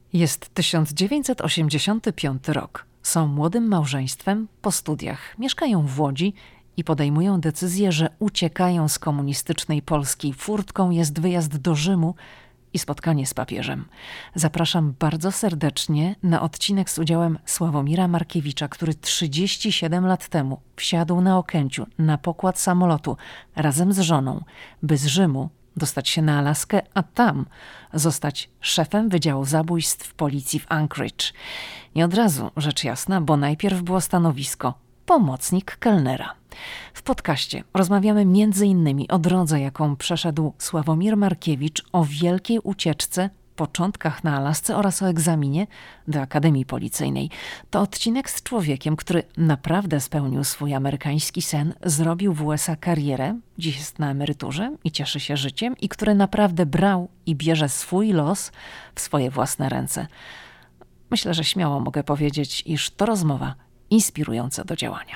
Jest 1985 rok. Są młodym małżeństwem po studiach. Mieszkają w Łodzi i podejmują decyzję, że uciekają z komunistycznej Polski. Furtką jest wyjazd do Rzymu i spotkanie z papieżem. Zapraszam bardzo serdecznie na odcinek z udziałem Sławomira Markiewicza, który 37 lat temu wsiadł na Okęciu na pokład samolotu razem z żoną, by z Rzymu dostać się na Alaskę, a tam zostać szefem Wydziału Zabójstw Policji w Anchorage. Nie od razu, rzecz jasna, bo najpierw było stanowisko pomocnik kelnera. W podcaście rozmawiamy m.in. o drodze, jaką przeszedł Sławomir Markiewicz, o wielkiej ucieczce, początkach na Alasce oraz o egzaminie do Akademii Policyjnej. To odcinek z człowiekiem, który naprawdę spełnił swój amerykański sen, zrobił w USA karierę, dziś jest na emeryturze i cieszy się życiem i który naprawdę brał i bierze swój los w swoje własne ręce. Myślę, że śmiało mogę powiedzieć, iż to rozmowa inspirująca do działania.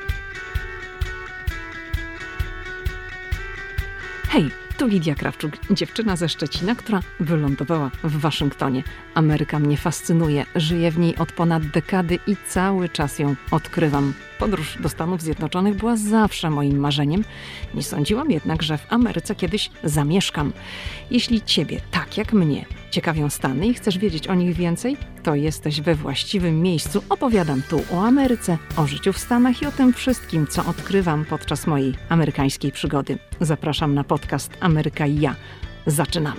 Hej, tu Lidia Krawczuk, dziewczyna ze Szczecina, która wylądowała w Waszyngtonie. Ameryka mnie fascynuje, żyję w niej od ponad dekady i cały czas ją odkrywam. Podróż do Stanów Zjednoczonych była zawsze moim marzeniem. Nie sądziłam jednak, że w Ameryce kiedyś zamieszkam. Jeśli Ciebie, tak jak mnie, ciekawią Stany i chcesz wiedzieć o nich więcej, to jesteś we właściwym miejscu. Opowiadam tu o Ameryce, o życiu w Stanach i o tym wszystkim, co odkrywam podczas mojej amerykańskiej przygody. Zapraszam na podcast Ameryka i ja. Zaczynamy.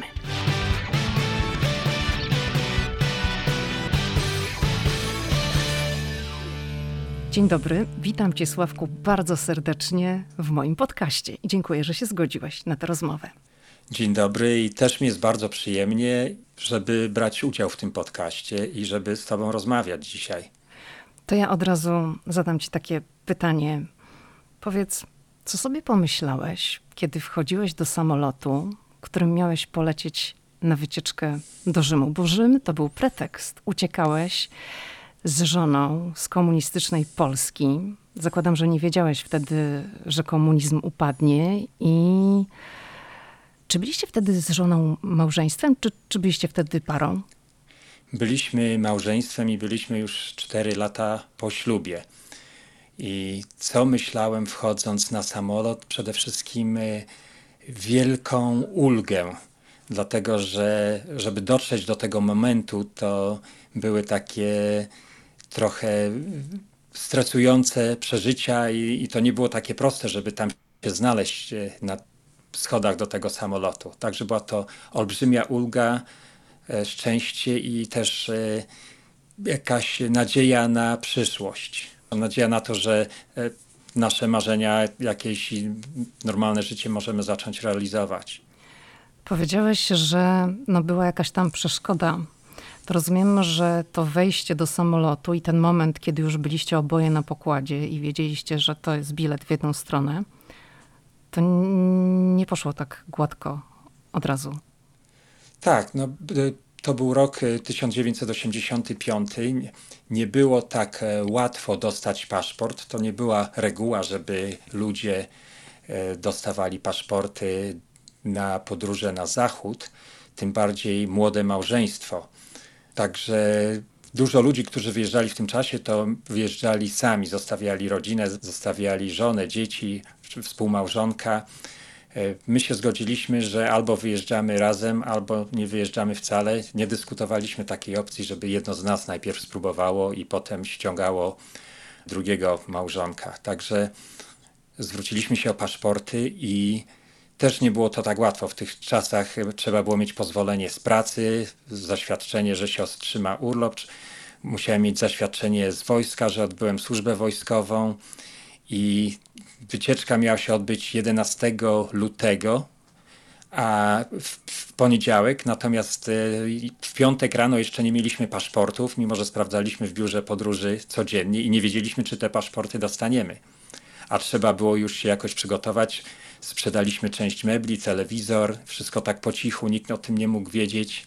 Dzień dobry, witam Cię, Sławku, bardzo serdecznie w moim podcaście i dziękuję, że się zgodziłeś na tę rozmowę. Dzień dobry i też mi jest bardzo przyjemnie, żeby brać udział w tym podcaście i żeby z Tobą rozmawiać dzisiaj. To ja od razu zadam Ci takie pytanie. Powiedz, co sobie pomyślałeś, kiedy wchodziłeś do samolotu, którym miałeś polecieć na wycieczkę do Rzymu? Bo Rzym to był pretekst. Uciekałeś z żoną z komunistycznej Polski. Zakładam, że nie wiedziałeś wtedy, że komunizm upadnie. I czy byliście wtedy z żoną małżeństwem, czy byliście wtedy parą? Byliśmy małżeństwem i byliśmy już 4 lata po ślubie. I co myślałem, wchodząc na samolot? Przede wszystkim wielką ulgę, dlatego że żeby dotrzeć do tego momentu, to były takie trochę stresujące przeżycia i to nie było takie proste, żeby tam się znaleźć na schodach do tego samolotu. Także była to olbrzymia ulga, szczęście i też jakaś nadzieja na przyszłość. Nadzieja na to, że nasze marzenia, jakieś normalne życie możemy zacząć realizować. Powiedziałeś, że była jakaś tam przeszkoda. To rozumiem, że to wejście do samolotu i ten moment, kiedy już byliście oboje na pokładzie i wiedzieliście, że to jest bilet w jedną stronę, to nie poszło tak gładko od razu. Tak, to był rok 1985. Nie było tak łatwo dostać paszport. To nie była reguła, żeby ludzie dostawali paszporty na podróże na zachód, tym bardziej młode małżeństwo. Także dużo ludzi, którzy wyjeżdżali w tym czasie, to wyjeżdżali sami, zostawiali rodzinę, zostawiali żonę, dzieci, współmałżonka. My się zgodziliśmy, że albo wyjeżdżamy razem, albo nie wyjeżdżamy wcale. Nie dyskutowaliśmy takiej opcji, żeby jedno z nas najpierw spróbowało i potem ściągało drugiego małżonka. Także zwróciliśmy się o paszporty i też nie było to tak łatwo. W tych czasach trzeba było mieć pozwolenie z pracy, zaświadczenie, że się otrzyma urlop. Musiałem mieć zaświadczenie z wojska, że odbyłem służbę wojskową i wycieczka miała się odbyć 11 lutego, a w poniedziałek, natomiast w piątek rano jeszcze nie mieliśmy paszportów, mimo że sprawdzaliśmy w biurze podróży codziennie i nie wiedzieliśmy, czy te paszporty dostaniemy. A trzeba było już się jakoś przygotować. Sprzedaliśmy część mebli, telewizor, wszystko tak po cichu, nikt o tym nie mógł wiedzieć.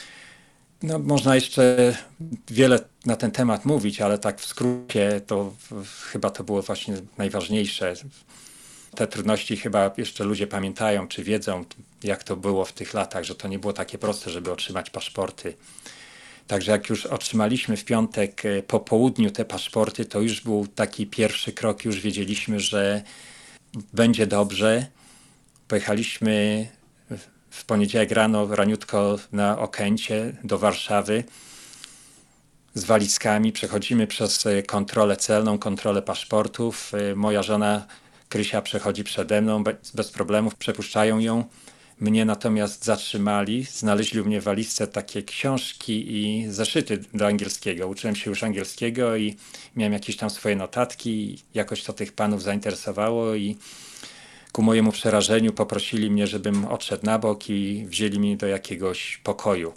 Można jeszcze wiele na ten temat mówić, ale tak w skrócie to chyba to było właśnie najważniejsze. Te trudności chyba jeszcze ludzie pamiętają, czy wiedzą, jak to było w tych latach, że to nie było takie proste, żeby otrzymać paszporty. Także jak już otrzymaliśmy w piątek po południu te paszporty, to już był taki pierwszy krok, już wiedzieliśmy, że będzie dobrze. Pojechaliśmy w poniedziałek rano, raniutko na Okęcie do Warszawy z walizkami. Przechodzimy przez kontrolę celną, kontrolę paszportów. Moja żona Krysia przechodzi przede mną, bez problemów, przepuszczają ją. Mnie natomiast zatrzymali, znaleźli u mnie w walizce takie książki i zeszyty do angielskiego. Uczyłem się już angielskiego i miałem jakieś tam swoje notatki. Jakoś to tych panów zainteresowało i ku mojemu przerażeniu poprosili mnie, żebym odszedł na bok i wzięli mnie do jakiegoś pokoju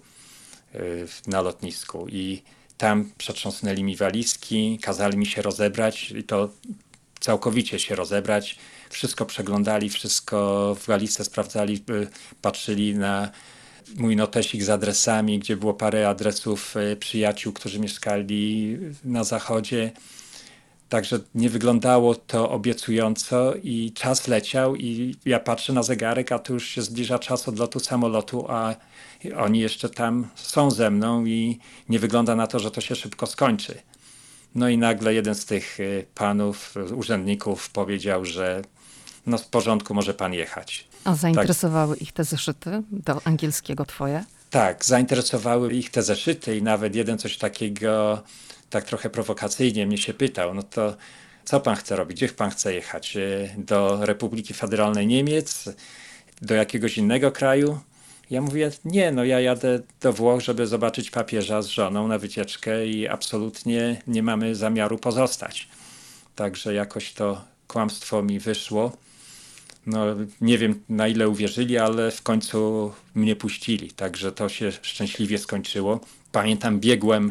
na lotnisku. I tam przetrząsnęli mi walizki, kazali mi się rozebrać i to całkowicie się rozebrać. Wszystko przeglądali, wszystko w walizce sprawdzali, patrzyli na mój notesik z adresami, gdzie było parę adresów przyjaciół, którzy mieszkali na zachodzie. Także nie wyglądało to obiecująco i czas leciał i ja patrzę na zegarek, a tu już się zbliża czas odlotu samolotu, a oni jeszcze tam są ze mną i nie wygląda na to, że to się szybko skończy. No i nagle jeden z tych panów, urzędników powiedział, że no w porządku, może pan jechać. A zainteresowały ich te zeszyty do angielskiego twoje? Tak, zainteresowały ich te zeszyty i nawet jeden coś takiego, tak trochę prowokacyjnie mnie się pytał, no to co pan chce robić, gdzie pan chce jechać? Do Republiki Federalnej Niemiec? Do jakiegoś innego kraju? Ja mówię, nie, no ja jadę do Włoch, żeby zobaczyć papieża z żoną na wycieczkę i absolutnie nie mamy zamiaru pozostać. Także jakoś to kłamstwo mi wyszło. No nie wiem, na ile uwierzyli, ale w końcu mnie puścili. Także to się szczęśliwie skończyło. Pamiętam, biegłem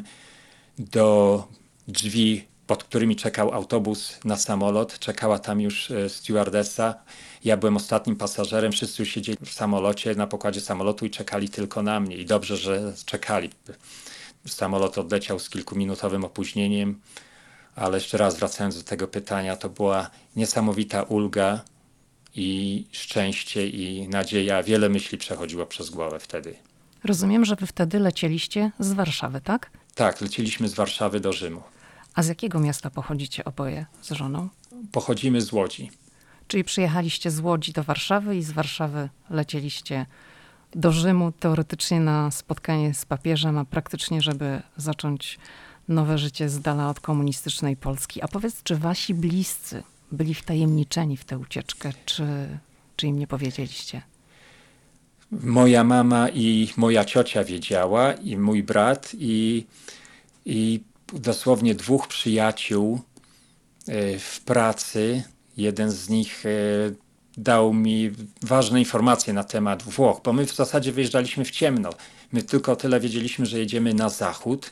do drzwi, pod którymi czekał autobus na samolot. Czekała tam już stewardessa. Ja byłem ostatnim pasażerem. Wszyscy już siedzieli w samolocie, na pokładzie samolotu i czekali tylko na mnie. I dobrze, że czekali. Samolot odleciał z kilkuminutowym opóźnieniem. Ale jeszcze raz wracając do tego pytania, to była niesamowita ulga i szczęście i nadzieja. Wiele myśli przechodziło przez głowę wtedy. Rozumiem, że wy wtedy lecieliście z Warszawy, tak? Tak, leciliśmy z Warszawy do Rzymu. A z jakiego miasta pochodzicie oboje z żoną? Pochodzimy z Łodzi. Czyli przyjechaliście z Łodzi do Warszawy i z Warszawy lecieliście do Rzymu, teoretycznie na spotkanie z papieżem, a praktycznie, żeby zacząć nowe życie z dala od komunistycznej Polski. A powiedz, czy wasi bliscy byli wtajemniczeni w tę ucieczkę, czy im nie powiedzieliście? Moja mama i moja ciocia wiedziała, i mój brat, i dosłownie dwóch przyjaciół w pracy. Jeden z nich dał mi ważne informacje na temat Włoch, bo my w zasadzie wyjeżdżaliśmy w ciemno. My tylko tyle wiedzieliśmy, że jedziemy na zachód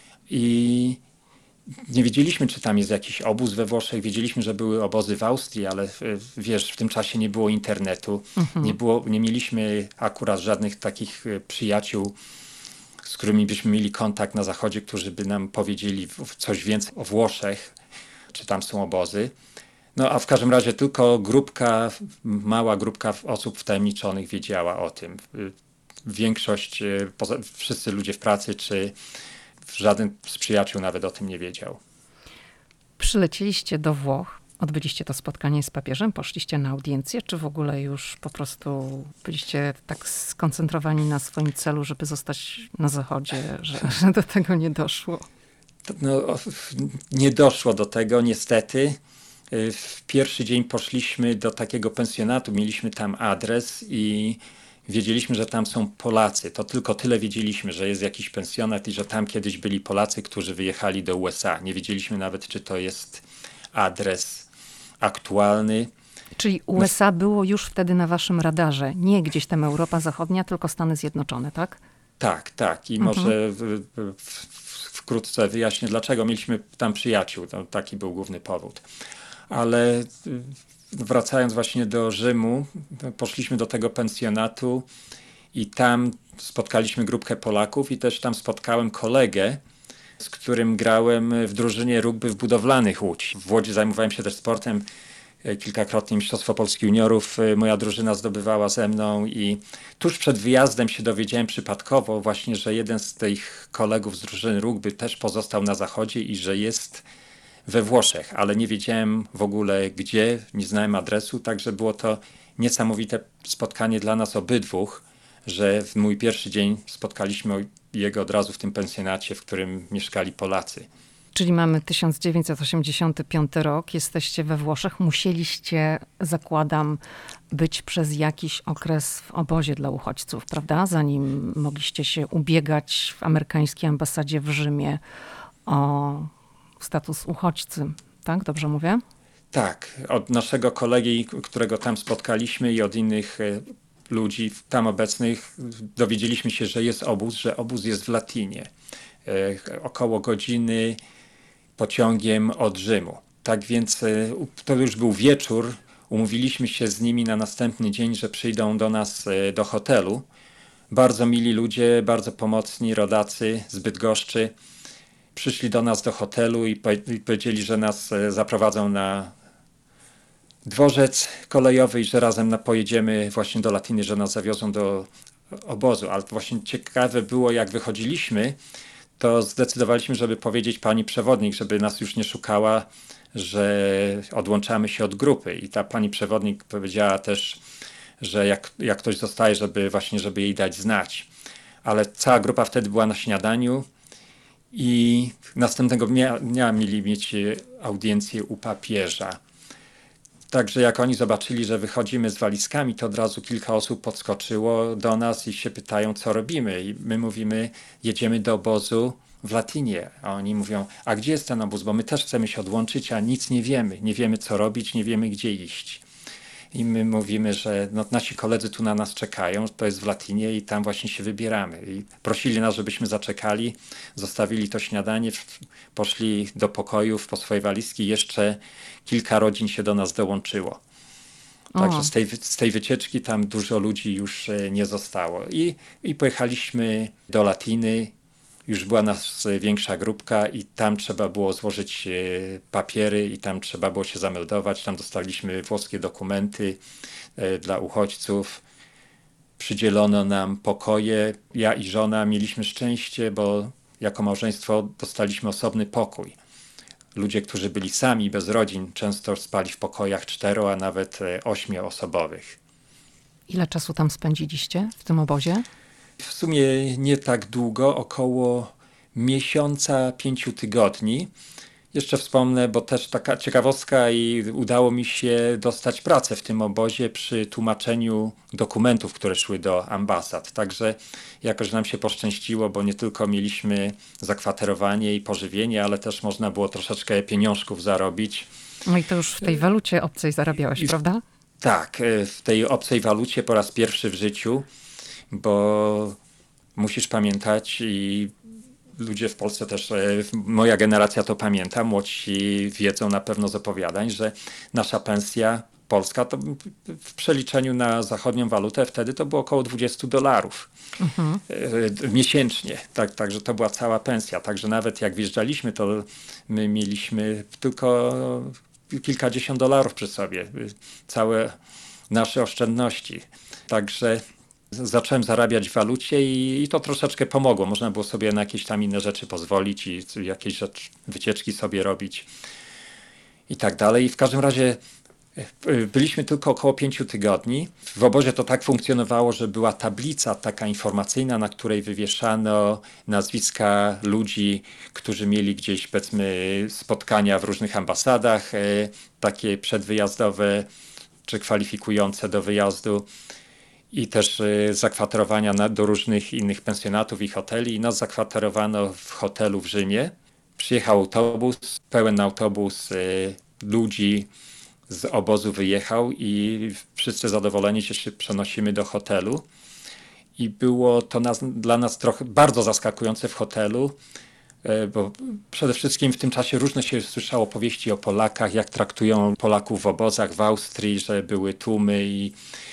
i nie wiedzieliśmy, czy tam jest jakiś obóz we Włoszech. Wiedzieliśmy, że były obozy w Austrii, ale wiesz, w tym czasie nie było internetu. Nie mieliśmy akurat żadnych takich przyjaciół, z którymi byśmy mieli kontakt na zachodzie, którzy by nam powiedzieli coś więcej o Włoszech, czy tam są obozy. No a w każdym razie tylko mała grupka osób wtajemniczonych wiedziała o tym. Większość, wszyscy ludzie w pracy, czy żaden z przyjaciół nawet o tym nie wiedział. Przylecieliście do Włoch, odbyliście to spotkanie z papieżem, poszliście na audiencję, czy w ogóle już po prostu byliście tak skoncentrowani na swoim celu, żeby zostać na zachodzie, że do tego nie doszło? No, nie doszło do tego niestety. W pierwszy dzień poszliśmy do takiego pensjonatu, mieliśmy tam adres i wiedzieliśmy, że tam są Polacy. To tylko tyle wiedzieliśmy, że jest jakiś pensjonat i że tam kiedyś byli Polacy, którzy wyjechali do USA. Nie wiedzieliśmy nawet, czy to jest adres aktualny. Czyli USA było już wtedy na waszym radarze. Nie gdzieś tam Europa Zachodnia, tylko Stany Zjednoczone, tak? Tak. I może wkrótce wyjaśnię, dlaczego. Mieliśmy tam przyjaciół. To taki był główny powód. Ale wracając właśnie do Rzymu, poszliśmy do tego pensjonatu i tam spotkaliśmy grupkę Polaków i też tam spotkałem kolegę, z którym grałem w drużynie rugby w budowlanych Łódź. W Łodzi zajmowałem się też sportem kilkakrotnie Mistrzostwo Polski Juniorów moja drużyna zdobywała ze mną i tuż przed wyjazdem się dowiedziałem przypadkowo właśnie, że jeden z tych kolegów z drużyny rugby też pozostał na zachodzie i że jest we Włoszech, ale nie wiedziałem w ogóle gdzie, nie znałem adresu, także było to niesamowite spotkanie dla nas obydwóch, że w mój pierwszy dzień spotkaliśmy jego od razu w tym pensjonacie, w którym mieszkali Polacy. Czyli mamy 1985 rok, jesteście we Włoszech, musieliście, zakładam, być przez jakiś okres w obozie dla uchodźców, prawda? Zanim mogliście się ubiegać w amerykańskiej ambasadzie w Rzymie o status uchodźcy, tak? Dobrze mówię? Tak, od naszego kolegi, którego tam spotkaliśmy i od innych ludzi tam obecnych dowiedzieliśmy się, że jest obóz, że obóz jest w Latinie. Około godziny pociągiem od Rzymu. Tak więc to już był wieczór. Umówiliśmy się z nimi na następny dzień, że przyjdą do nas do hotelu. Bardzo mili ludzie, bardzo pomocni rodacy z Bydgoszczy. Przyszli do nas do hotelu i powiedzieli, że nas zaprowadzą na dworzec kolejowy i że razem pojedziemy właśnie do Latiny, że nas zawiozą do obozu. Ale właśnie ciekawe było, jak wychodziliśmy, to zdecydowaliśmy, żeby powiedzieć pani przewodnik, żeby nas już nie szukała, że odłączamy się od grupy. I ta pani przewodnik powiedziała też, że jak ktoś zostaje, żeby jej dać znać. Ale cała grupa wtedy była na śniadaniu i następnego dnia mieli mieć audiencję u papieża. Także jak oni zobaczyli, że wychodzimy z walizkami, to od razu kilka osób podskoczyło do nas i się pytają, co robimy. I my mówimy, jedziemy do obozu w Latinie. A oni mówią, a gdzie jest ten obóz? Bo my też chcemy się odłączyć, a nic nie wiemy. Nie wiemy, co robić, nie wiemy, gdzie iść. I my mówimy, że nasi koledzy tu na nas czekają, to jest w Latinie i tam właśnie się wybieramy. I prosili nas, żebyśmy zaczekali, zostawili to śniadanie, poszli do pokojów po swoje walizki. Jeszcze kilka rodzin się do nas dołączyło. Także z tej wycieczki tam dużo ludzi już nie zostało. I pojechaliśmy do Latiny. Już była nas większa grupka i tam trzeba było złożyć papiery i tam trzeba było się zameldować. Tam dostaliśmy włoskie dokumenty dla uchodźców. Przydzielono nam pokoje. Ja i żona mieliśmy szczęście, bo jako małżeństwo dostaliśmy osobny pokój. Ludzie, którzy byli sami, bez rodzin, często spali w pokojach 4, a nawet 8-osobowych. Ile czasu tam spędziliście w tym obozie? W sumie nie tak długo, około miesiąca, 5 tygodni. Jeszcze wspomnę, bo też taka ciekawostka i udało mi się dostać pracę w tym obozie przy tłumaczeniu dokumentów, które szły do ambasad. Także jakoś nam się poszczęściło, bo nie tylko mieliśmy zakwaterowanie i pożywienie, ale też można było troszeczkę pieniążków zarobić. No i to już w tej walucie obcej zarabiałeś, prawda? Tak, w tej obcej walucie po raz pierwszy w życiu, bo musisz pamiętać i ludzie w Polsce też, moja generacja to pamięta, młodsi wiedzą na pewno z opowiadań, że nasza pensja polska to w przeliczeniu na zachodnią walutę wtedy to było około $20 miesięcznie. Także to była cała pensja. Także nawet jak wjeżdżaliśmy, to my mieliśmy tylko kilkadziesiąt dolarów przy sobie. Całe nasze oszczędności. Także zacząłem zarabiać w walucie i to troszeczkę pomogło. Można było sobie na jakieś tam inne rzeczy pozwolić i jakieś wycieczki sobie robić i tak dalej. I w każdym razie byliśmy tylko około 5 tygodni. W obozie to tak funkcjonowało, że była tablica taka informacyjna, na której wywieszano nazwiska ludzi, którzy mieli gdzieś, powiedzmy, spotkania w różnych ambasadach, takie przedwyjazdowe czy kwalifikujące do wyjazdu. I też zakwaterowania do różnych innych pensjonatów i hoteli. I nas zakwaterowano w hotelu w Rzymie. Przyjechał autobus, pełen autobus ludzi z obozu wyjechał i wszyscy zadowoleni się przenosimy do hotelu. I było to dla nas trochę bardzo zaskakujące w hotelu, bo przede wszystkim w tym czasie różne się słyszało opowieści o Polakach, jak traktują Polaków w obozach w Austrii, że były tłumy i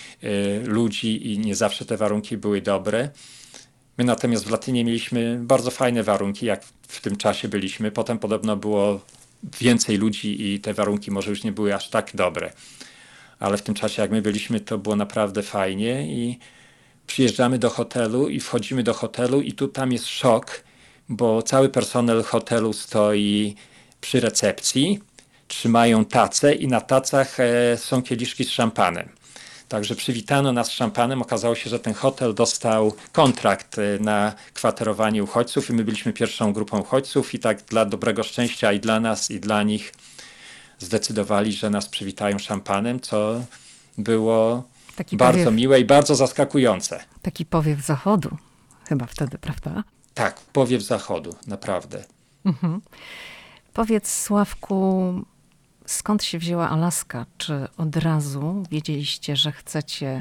ludzi i nie zawsze te warunki były dobre. My natomiast w Latynie mieliśmy bardzo fajne warunki, jak w tym czasie byliśmy. Potem podobno było więcej ludzi i te warunki może już nie były aż tak dobre. Ale w tym czasie, jak my byliśmy, to było naprawdę fajnie i przyjeżdżamy do hotelu i wchodzimy do hotelu i tam jest szok, bo cały personel hotelu stoi przy recepcji, trzymają tace i na tacach są kieliszki z szampanem. Także przywitano nas szampanem. Okazało się, że ten hotel dostał kontrakt na kwaterowanie uchodźców i my byliśmy pierwszą grupą uchodźców i tak dla dobrego szczęścia i dla nas, i dla nich zdecydowali, że nas przywitają szampanem, co było bardzo miłe i bardzo zaskakujące. Taki powiew zachodu chyba wtedy, prawda? Tak, powiew zachodu, naprawdę. Mhm. Powiedz, Sławku, skąd się wzięła Alaska? Czy od razu wiedzieliście, że chcecie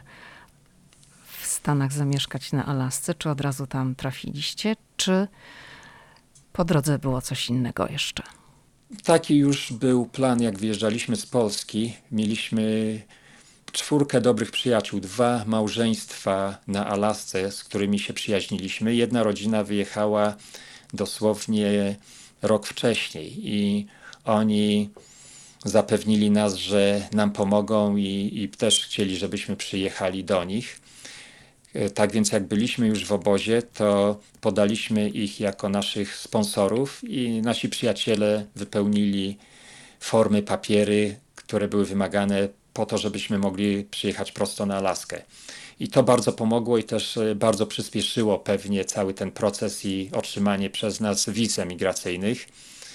w Stanach zamieszkać na Alasce? Czy od razu tam trafiliście? Czy po drodze było coś innego jeszcze? Taki już był plan, jak wyjeżdżaliśmy z Polski. Mieliśmy 4 dobrych przyjaciół, 2 małżeństwa na Alasce, z którymi się przyjaźniliśmy. Jedna rodzina wyjechała dosłownie rok wcześniej i oni zapewnili nas, że nam pomogą i też chcieli, żebyśmy przyjechali do nich. Tak więc jak byliśmy już w obozie, to podaliśmy ich jako naszych sponsorów i nasi przyjaciele wypełnili formy, papiery, które były wymagane po to, żebyśmy mogli przyjechać prosto na Alaskę. I to bardzo pomogło i też bardzo przyspieszyło pewnie cały ten proces i otrzymanie przez nas wiz emigracyjnych.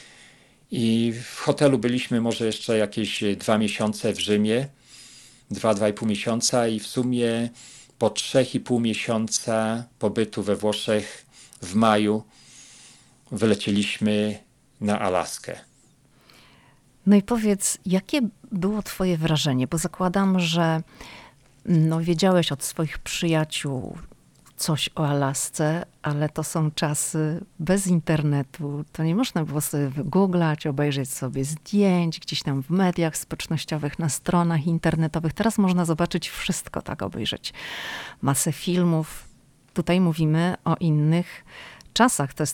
I w hotelu byliśmy może jeszcze jakieś 2 miesiące w Rzymie, 2,5 miesiąca i w sumie po 3,5 miesiąca pobytu we Włoszech w maju wylecieliśmy na Alaskę. No i powiedz, jakie było twoje wrażenie? Bo zakładam, że wiedziałeś od swoich przyjaciół coś o Alasce, ale to są czasy bez internetu. To nie można było sobie wygooglać, obejrzeć sobie zdjęć gdzieś tam w mediach społecznościowych, na stronach internetowych. Teraz można zobaczyć wszystko, tak, obejrzeć masę filmów. Tutaj mówimy o innych czasach. To jest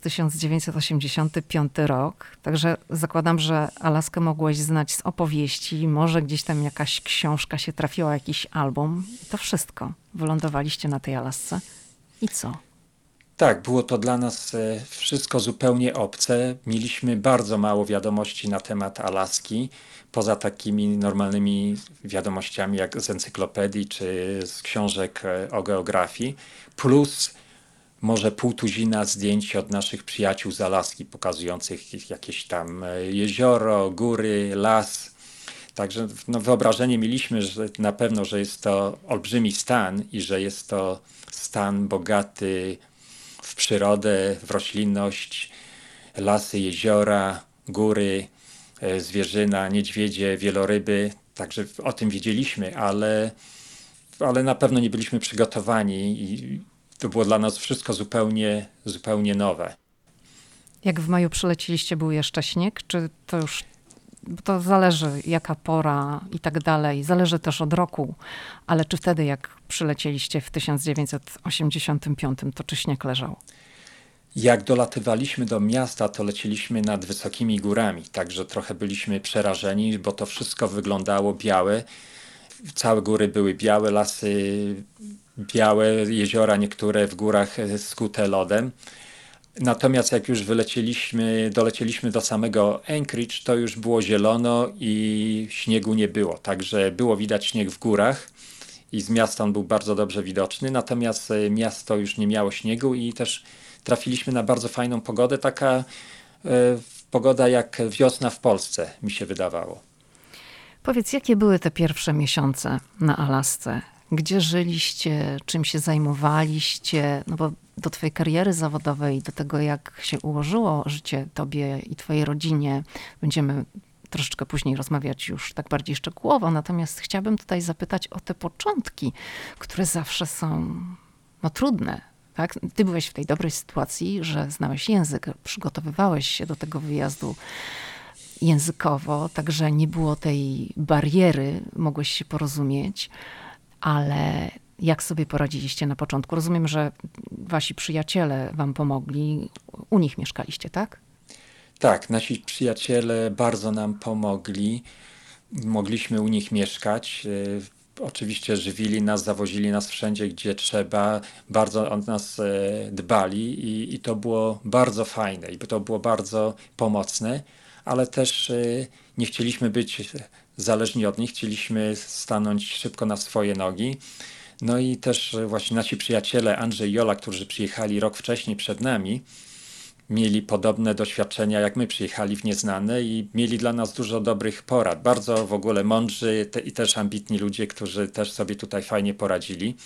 1985 rok, także zakładam, że Alaskę mogłeś znać z opowieści, może gdzieś tam jakaś książka się trafiła, jakiś album. I to wszystko. Wylądowaliście na tej Alasce. I co? Tak, było to dla nas wszystko zupełnie obce. Mieliśmy bardzo mało wiadomości na temat Alaski, poza takimi normalnymi wiadomościami jak z encyklopedii czy z książek o geografii, plus może 200 zdjęć od naszych przyjaciół z Alaski, pokazujących jakieś tam jezioro, góry, las. Także wyobrażenie mieliśmy, że na pewno, że jest to olbrzymi stan i że jest to stan bogaty w przyrodę, w roślinność, lasy, jeziora, góry, zwierzyna, niedźwiedzie, wieloryby. Także o tym wiedzieliśmy, ale na pewno nie byliśmy przygotowani i to było dla nas wszystko zupełnie nowe. Jak w maju przyleciliście, był jeszcze śnieg, czy to już... Bo to zależy jaka pora i tak dalej, zależy też od roku, ale czy wtedy jak przylecieliście w 1985, to czy śnieg leżał? Jak dolatywaliśmy do miasta, to leciliśmy nad wysokimi górami, także trochę byliśmy przerażeni, bo to wszystko wyglądało białe. Całe góry były białe, lasy białe, jeziora niektóre w górach skute lodem. Natomiast jak już dolecieliśmy do samego Anchorage, to już było zielono i śniegu nie było. Także było widać śnieg w górach i z miasta on był bardzo dobrze widoczny. Natomiast miasto już nie miało śniegu i też trafiliśmy na bardzo fajną pogodę. Taka pogoda jak wiosna w Polsce, mi się wydawało. Powiedz, jakie były te pierwsze miesiące na Alasce? Gdzie żyliście? Czym się zajmowaliście? No bo do twojej kariery zawodowej, do tego jak się ułożyło życie tobie i twojej rodzinie, będziemy troszeczkę później rozmawiać już tak bardziej szczegółowo. Natomiast chciałabym tutaj zapytać o te początki, które zawsze są trudne. Tak? Ty byłeś w tej dobrej sytuacji, że znałeś język, przygotowywałeś się do tego wyjazdu językowo, także nie było tej bariery, mogłeś się porozumieć, ale jak sobie poradziliście na początku? Rozumiem, że wasi przyjaciele wam pomogli, u nich mieszkaliście, tak? Tak, nasi przyjaciele bardzo nam pomogli. Mogliśmy u nich mieszkać. Oczywiście żywili nas, zawozili nas wszędzie, gdzie trzeba. Bardzo o nas dbali i to było bardzo fajne i to było bardzo pomocne, ale też nie chcieliśmy być zależni od nich, chcieliśmy stanąć szybko na swoje nogi. No i też właśnie nasi przyjaciele Andrzej i Jola, którzy przyjechali rok wcześniej przed nami, mieli podobne doświadczenia jak my, przyjechali w nieznane i mieli dla nas dużo dobrych porad. Bardzo w ogóle mądrzy i też ambitni ludzie, którzy też sobie tutaj fajnie poradzili.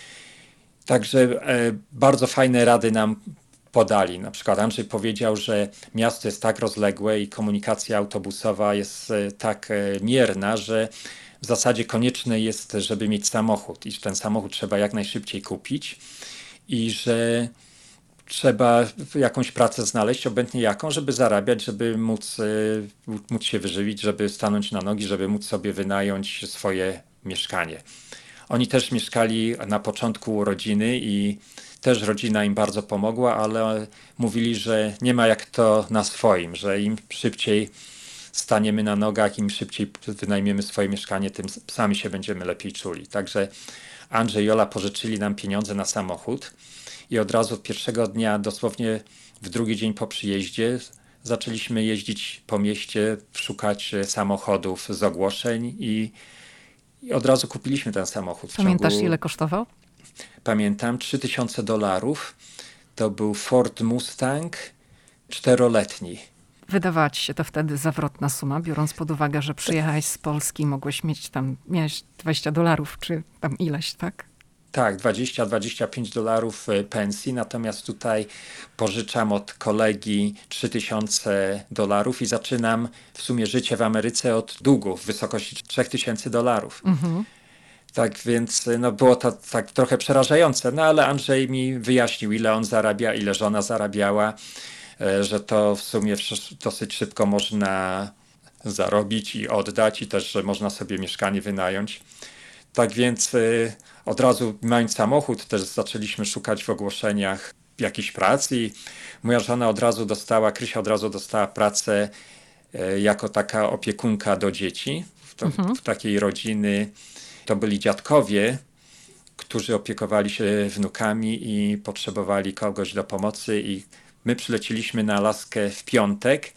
Także bardzo fajne rady nam podali. Na przykład Andrzej powiedział, że miasto jest tak rozległe i komunikacja autobusowa jest tak mierna, że w zasadzie konieczne jest, żeby mieć samochód i że ten samochód trzeba jak najszybciej kupić i że trzeba jakąś pracę znaleźć, obojętnie jaką, żeby zarabiać, żeby móc się wyżywić, żeby stanąć na nogi, żeby móc sobie wynająć swoje mieszkanie. Oni też mieszkali na początku rodziny i też rodzina im bardzo pomogła, ale mówili, że nie ma jak to na swoim, że im szybciej staniemy na nogach, im szybciej wynajmiemy swoje mieszkanie, tym sami się będziemy lepiej czuli. Także Andrzej i Jola pożyczyli nam pieniądze na samochód i od razu od pierwszego dnia, dosłownie w drugi dzień po przyjeździe, zaczęliśmy jeździć po mieście, szukać samochodów z ogłoszeń i od razu kupiliśmy ten samochód. Pamiętasz, ile kosztował? Pamiętam, $3000. To był Ford Mustang 4-letni. Wydawała ci się to wtedy zawrotna suma, biorąc pod uwagę, że przyjechałeś z Polski i miałeś $20, czy tam ileś, tak? Tak, $20-25 pensji, natomiast tutaj pożyczam od kolegi $3000 i zaczynam w sumie życie w Ameryce od długu w wysokości $3000. Tak więc było to tak trochę przerażające, no ale Andrzej mi wyjaśnił, ile on zarabia, ile żona zarabiała, że to w sumie dosyć szybko można zarobić i oddać i też, że można sobie mieszkanie wynająć. Tak więc od razu mając samochód też zaczęliśmy szukać w ogłoszeniach jakiejś pracy i moja żona Krysia od razu dostała pracę jako taka opiekunka do dzieci w takiej rodziny. To byli dziadkowie, którzy opiekowali się wnukami i potrzebowali kogoś do pomocy i my przyleciliśmy na Alaskę w piątek.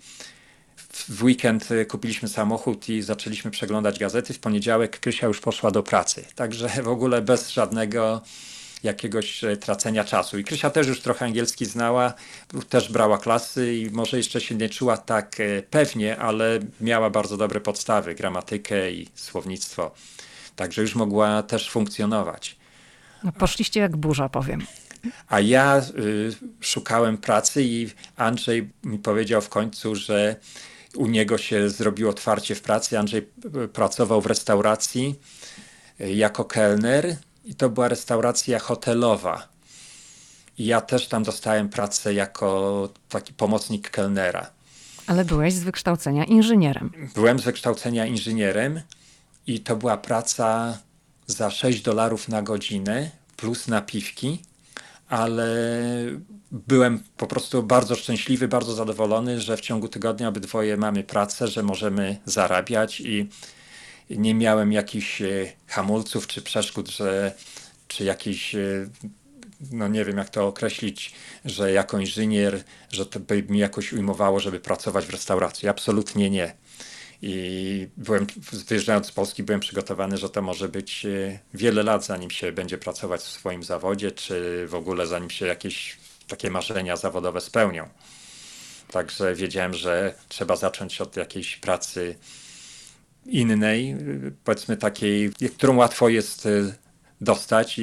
W weekend kupiliśmy samochód i zaczęliśmy przeglądać gazety. W poniedziałek Krysia już poszła do pracy. Także w ogóle bez żadnego jakiegoś tracenia czasu. I Krysia też już trochę angielski znała, też brała klasy i może jeszcze się nie czuła tak pewnie, ale miała bardzo dobre podstawy, gramatykę i słownictwo. Także już mogła też funkcjonować. No, poszliście jak burza, powiem. A ja szukałem pracy i Andrzej mi powiedział w końcu, że u niego się zrobiło otwarcie w pracy. Andrzej pracował w restauracji jako kelner i to była restauracja hotelowa. I ja też tam dostałem pracę jako taki pomocnik kelnera. Ale byłeś z wykształcenia inżynierem. Byłem z wykształcenia inżynierem i to była praca za $6 na godzinę plus napiwki. Ale byłem po prostu bardzo szczęśliwy, bardzo zadowolony, że w ciągu tygodnia obydwoje mamy pracę, że możemy zarabiać i nie miałem jakichś hamulców czy przeszkód, czy jakichś, no nie wiem jak to określić, że jako inżynier, że to by mi jakoś ujmowało, żeby pracować w restauracji. Absolutnie nie. I wyjeżdżając z Polski, byłem przygotowany, że to może być wiele lat, zanim się będzie pracować w swoim zawodzie, czy w ogóle zanim się jakieś takie marzenia zawodowe spełnią. Także wiedziałem, że trzeba zacząć od jakiejś pracy innej, powiedzmy takiej, którą łatwo jest dostać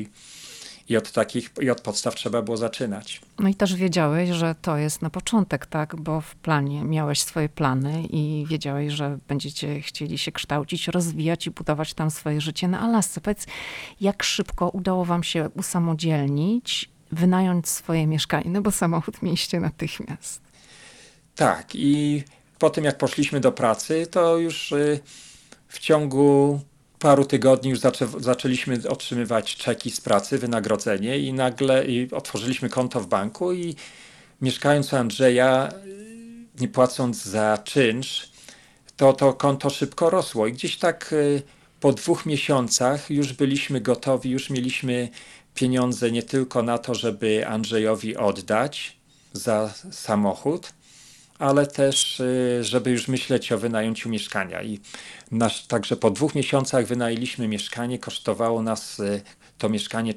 i od podstaw trzeba było zaczynać. No i też wiedziałeś, że to jest na początek, tak? Bo w planie miałeś swoje plany i wiedziałeś, że będziecie chcieli się kształcić, rozwijać i budować tam swoje życie na Alasce. Powiedz, jak szybko udało wam się usamodzielnić, wynająć swoje mieszkanie? No bo samochód mieliście natychmiast. Tak, i po tym jak poszliśmy do pracy, to już w ciągu paru tygodni już zaczęliśmy otrzymywać czeki z pracy, wynagrodzenie i otworzyliśmy konto w banku i mieszkając u Andrzeja nie płacąc za czynsz, to konto szybko rosło i gdzieś tak po 2 miesiącach już byliśmy gotowi, już mieliśmy pieniądze nie tylko na to, żeby Andrzejowi oddać za samochód, ale też, żeby już myśleć o wynajęciu mieszkania. I także po 2 miesiącach wynajęliśmy mieszkanie, kosztowało nas to mieszkanie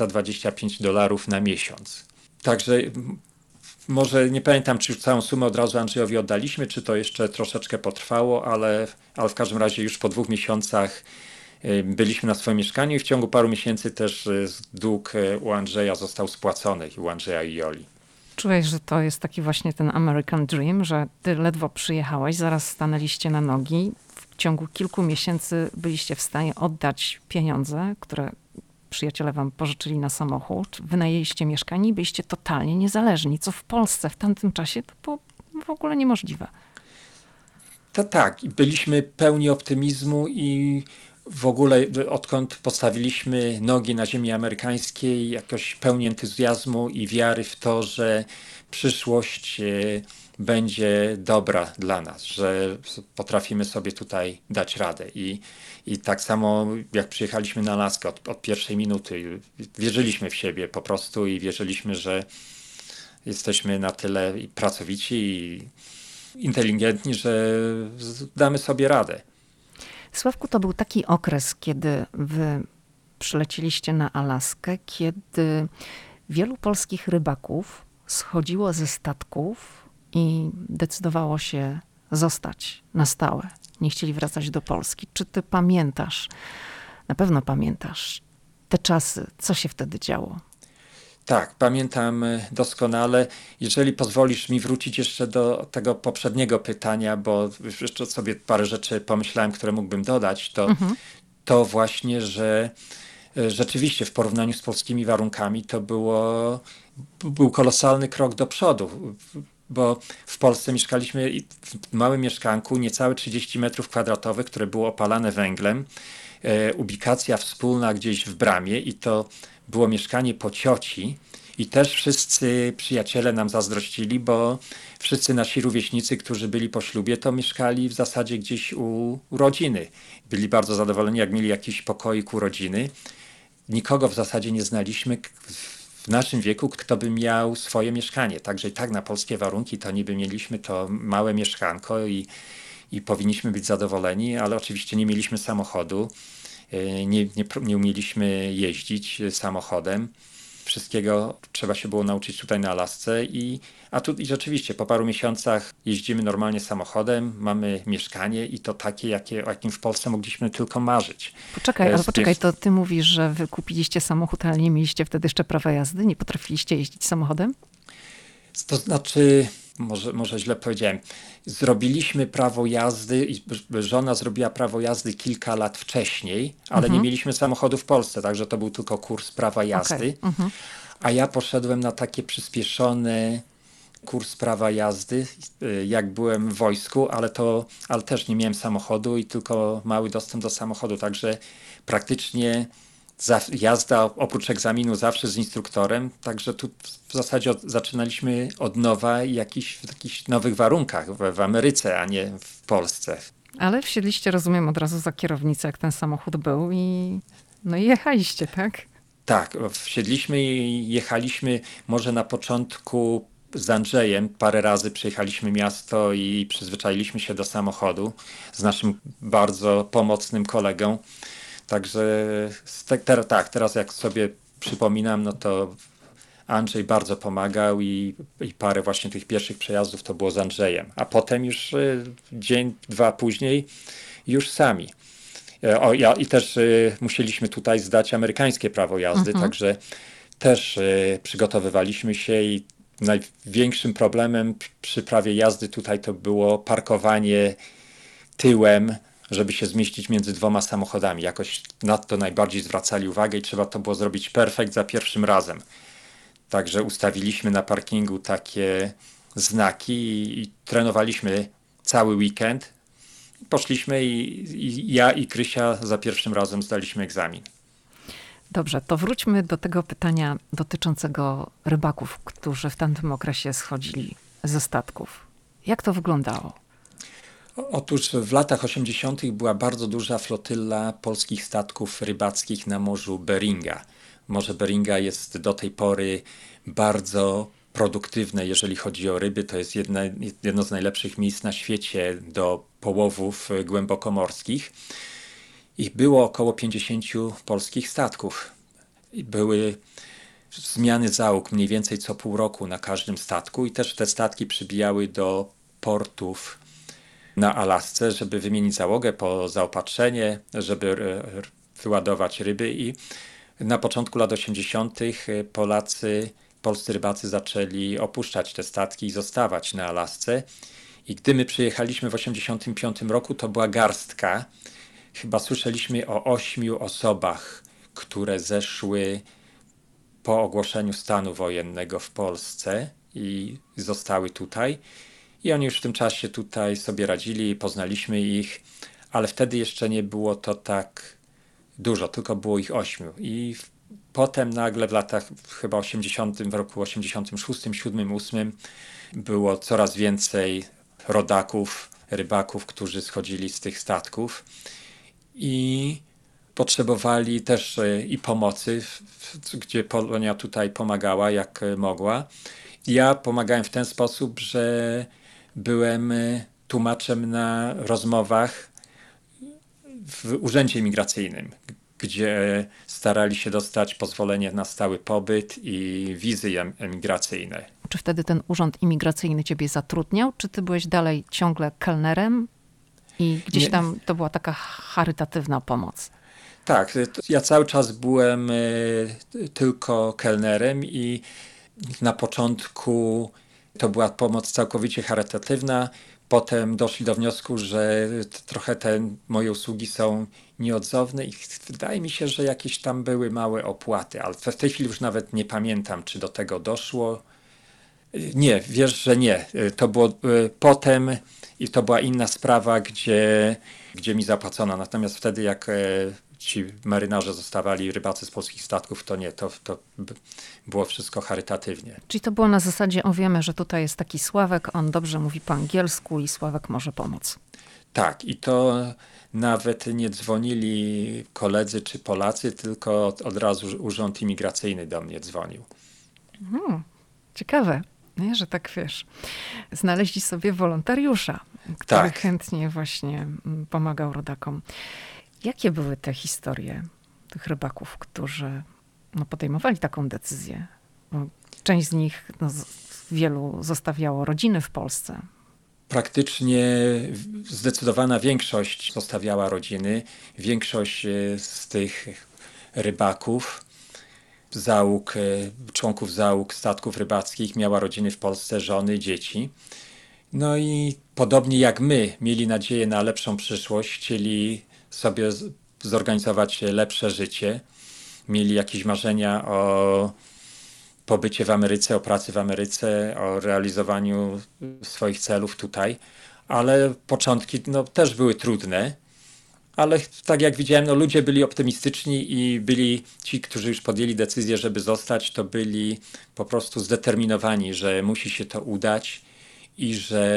$425 na miesiąc. Także może nie pamiętam, czy już całą sumę od razu Andrzejowi oddaliśmy, czy to jeszcze troszeczkę potrwało, ale w każdym razie już po 2 miesiącach byliśmy na swoim mieszkaniu i w ciągu paru miesięcy też dług u Andrzeja został spłacony, u Andrzeja i Joli. Czułeś, że to jest taki właśnie ten American Dream, że ty ledwo przyjechałeś, zaraz stanęliście na nogi. W ciągu kilku miesięcy byliście w stanie oddać pieniądze, które przyjaciele wam pożyczyli na samochód. Wynajęliście mieszkanie i byliście totalnie niezależni, co w Polsce w tamtym czasie to było w ogóle niemożliwe. To tak, byliśmy pełni optymizmu i w ogóle odkąd postawiliśmy nogi na ziemi amerykańskiej, jakoś pełni entuzjazmu i wiary w to, że przyszłość będzie dobra dla nas, że potrafimy sobie tutaj dać radę. I tak samo jak przyjechaliśmy na Alaskę od pierwszej minuty, wierzyliśmy w siebie po prostu i wierzyliśmy, że jesteśmy na tyle pracowici i inteligentni, że damy sobie radę. Sławku, to był taki okres, kiedy wy przylecieliście na Alaskę, kiedy wielu polskich rybaków schodziło ze statków i decydowało się zostać na stałe. Nie chcieli wracać do Polski. Czy ty pamiętasz, na pewno pamiętasz te czasy, co się wtedy działo? Tak, pamiętam doskonale. Jeżeli pozwolisz mi wrócić jeszcze do tego poprzedniego pytania, bo jeszcze sobie parę rzeczy pomyślałem, które mógłbym dodać, to właśnie, że rzeczywiście w porównaniu z polskimi warunkami to był kolosalny krok do przodu, bo w Polsce mieszkaliśmy w małym mieszkanku, niecałe 30 metrów kwadratowych, które było opalane węglem, ubikacja wspólna gdzieś w bramie i to było mieszkanie po cioci i też wszyscy przyjaciele nam zazdrościli, bo wszyscy nasi rówieśnicy, którzy byli po ślubie, to mieszkali w zasadzie gdzieś u rodziny. Byli bardzo zadowoleni, jak mieli jakiś pokoik u rodziny. Nikogo w zasadzie nie znaliśmy w naszym wieku, kto by miał swoje mieszkanie. Także i tak na polskie warunki to niby mieliśmy to małe mieszkanko i powinniśmy być zadowoleni, ale oczywiście nie mieliśmy samochodu. Nie umieliśmy jeździć samochodem. Wszystkiego trzeba się było nauczyć tutaj na Alasce i rzeczywiście po paru miesiącach jeździmy normalnie samochodem, mamy mieszkanie i to takie, o jakim w Polsce mogliśmy tylko marzyć. Poczekaj, to ty mówisz, że wy kupiliście samochód, ale nie mieliście wtedy jeszcze prawa jazdy? Nie potrafiliście jeździć samochodem? To znaczy, może źle powiedziałem, zrobiliśmy prawo jazdy i żona zrobiła prawo jazdy kilka lat wcześniej, ale nie mieliśmy samochodu w Polsce, także to był tylko kurs prawa jazdy. Okay. A ja poszedłem na takie przyspieszony kurs prawa jazdy, jak byłem w wojsku, ale też nie miałem samochodu i tylko mały dostęp do samochodu, także praktycznie jazda oprócz egzaminu zawsze z instruktorem, także tu w zasadzie zaczynaliśmy od nowa i w jakichś nowych warunkach w Ameryce, a nie w Polsce. Ale wsiedliście, rozumiem, od razu za kierownicę, jak ten samochód był i jechaliście, tak? Tak, wsiedliśmy i jechaliśmy może na początku z Andrzejem, parę razy przejechaliśmy miasto i przyzwyczailiśmy się do samochodu z naszym bardzo pomocnym kolegą. Także teraz jak sobie przypominam, no to Andrzej bardzo pomagał i parę właśnie tych pierwszych przejazdów to było z Andrzejem. A potem już dzień, dwa później już sami. I też musieliśmy tutaj zdać amerykańskie prawo jazdy, także też przygotowywaliśmy się i największym problemem przy prawie jazdy tutaj to było parkowanie tyłem, żeby się zmieścić między dwoma samochodami. Jakoś na to najbardziej zwracali uwagę i trzeba to było zrobić perfekt za pierwszym razem. Także ustawiliśmy na parkingu takie znaki i trenowaliśmy cały weekend. Poszliśmy i ja i Krysia za pierwszym razem zdaliśmy egzamin. Dobrze, to wróćmy do tego pytania dotyczącego rybaków, którzy w tamtym okresie schodzili ze statków. Jak to wyglądało? Otóż w latach 80. była bardzo duża flotylla polskich statków rybackich na Morzu Beringa. Morze Beringa jest do tej pory bardzo produktywne, jeżeli chodzi o ryby. To jest jedno z najlepszych miejsc na świecie do połowów głębokomorskich. I było około 50 polskich statków. I były zmiany załóg mniej więcej co pół roku na każdym statku i też te statki przybijały do portów na Alasce, żeby wymienić załogę po zaopatrzenie, żeby wyładować ryby i na początku lat 80. polscy rybacy zaczęli opuszczać te statki i zostawać na Alasce. I gdy my przyjechaliśmy w 85 roku, to była garstka. Chyba słyszeliśmy o 8 osobach, które zeszły po ogłoszeniu stanu wojennego w Polsce i zostały tutaj. I oni już w tym czasie tutaj sobie radzili, poznaliśmy ich, ale wtedy jeszcze nie było to tak dużo, tylko było ich 8. I potem nagle w latach chyba 80, w roku 86, 7, 8 było coraz więcej rodaków, rybaków, którzy schodzili z tych statków i potrzebowali też i pomocy, gdzie Polonia tutaj pomagała jak mogła. Ja pomagałem w ten sposób, że byłem tłumaczem na rozmowach w urzędzie imigracyjnym, gdzie starali się dostać pozwolenie na stały pobyt i wizy emigracyjne. Czy wtedy ten urząd imigracyjny ciebie zatrudniał, czy ty byłeś dalej ciągle kelnerem i gdzieś tam to była taka charytatywna pomoc? Tak, ja cały czas byłem tylko kelnerem i na początku to była pomoc całkowicie charytatywna. Potem doszli do wniosku, że trochę te moje usługi są nieodzowne i wydaje mi się, że jakieś tam były małe opłaty, ale w tej chwili już nawet nie pamiętam, czy do tego doszło. Nie, wiesz, że nie. To było potem i to była inna sprawa, gdzie mi zapłacono. Natomiast wtedy jak ci marynarze zostawali, rybacy z polskich statków, to nie, to było wszystko charytatywnie. Czyli to było na zasadzie, wiemy, że tutaj jest taki Sławek, on dobrze mówi po angielsku i Sławek może pomóc. Tak, i to nawet nie dzwonili koledzy czy Polacy, tylko od razu urząd imigracyjny do mnie dzwonił. Ciekawe, nie? Że tak wiesz. Znaleźli sobie wolontariusza, który chętnie właśnie pomagał rodakom. Jakie były te historie tych rybaków, którzy podejmowali taką decyzję? Bo część z nich, wielu zostawiało rodziny w Polsce. Praktycznie zdecydowana większość zostawiała rodziny. Większość z tych rybaków, członków załóg statków rybackich miała rodziny w Polsce, żony, dzieci. No i podobnie jak my mieli nadzieję na lepszą przyszłość, chcieli sobie zorganizować lepsze życie. Mieli jakieś marzenia o pobycie w Ameryce, o pracy w Ameryce, o realizowaniu swoich celów tutaj, ale początki też były trudne, ale tak jak widziałem, ludzie byli optymistyczni i byli ci, którzy już podjęli decyzję, żeby zostać, to byli po prostu zdeterminowani, że musi się to udać i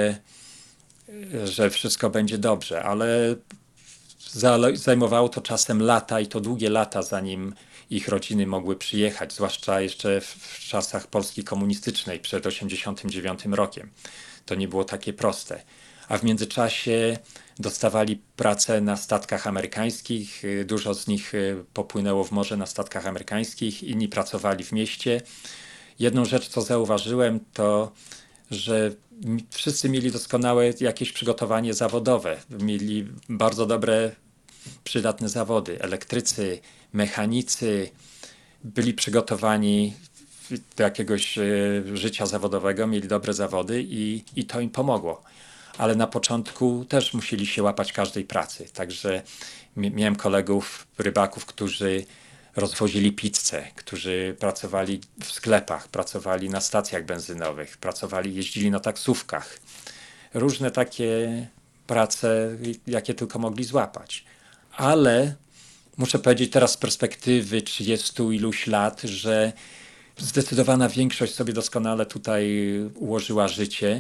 że wszystko będzie dobrze, ale zajmowało to czasem lata i to długie lata, zanim ich rodziny mogły przyjechać, zwłaszcza jeszcze w czasach Polski komunistycznej przed 1989 rokiem. To nie było takie proste. A w międzyczasie dostawali pracę na statkach amerykańskich, dużo z nich popłynęło w morze na statkach amerykańskich, inni pracowali w mieście. Jedną rzecz, co zauważyłem, to że wszyscy mieli doskonałe jakieś przygotowanie zawodowe. Mieli bardzo dobre, przydatne zawody. Elektrycy, mechanicy byli przygotowani do jakiegoś życia zawodowego, mieli dobre zawody i to im pomogło. Ale na początku też musieli się łapać każdej pracy. Także miałem kolegów, rybaków, którzy rozwozili pizzę, którzy pracowali w sklepach, pracowali na stacjach benzynowych, jeździli na taksówkach. Różne takie prace, jakie tylko mogli złapać. Ale muszę powiedzieć teraz z perspektywy 30 iluś lat, że zdecydowana większość sobie doskonale tutaj ułożyła życie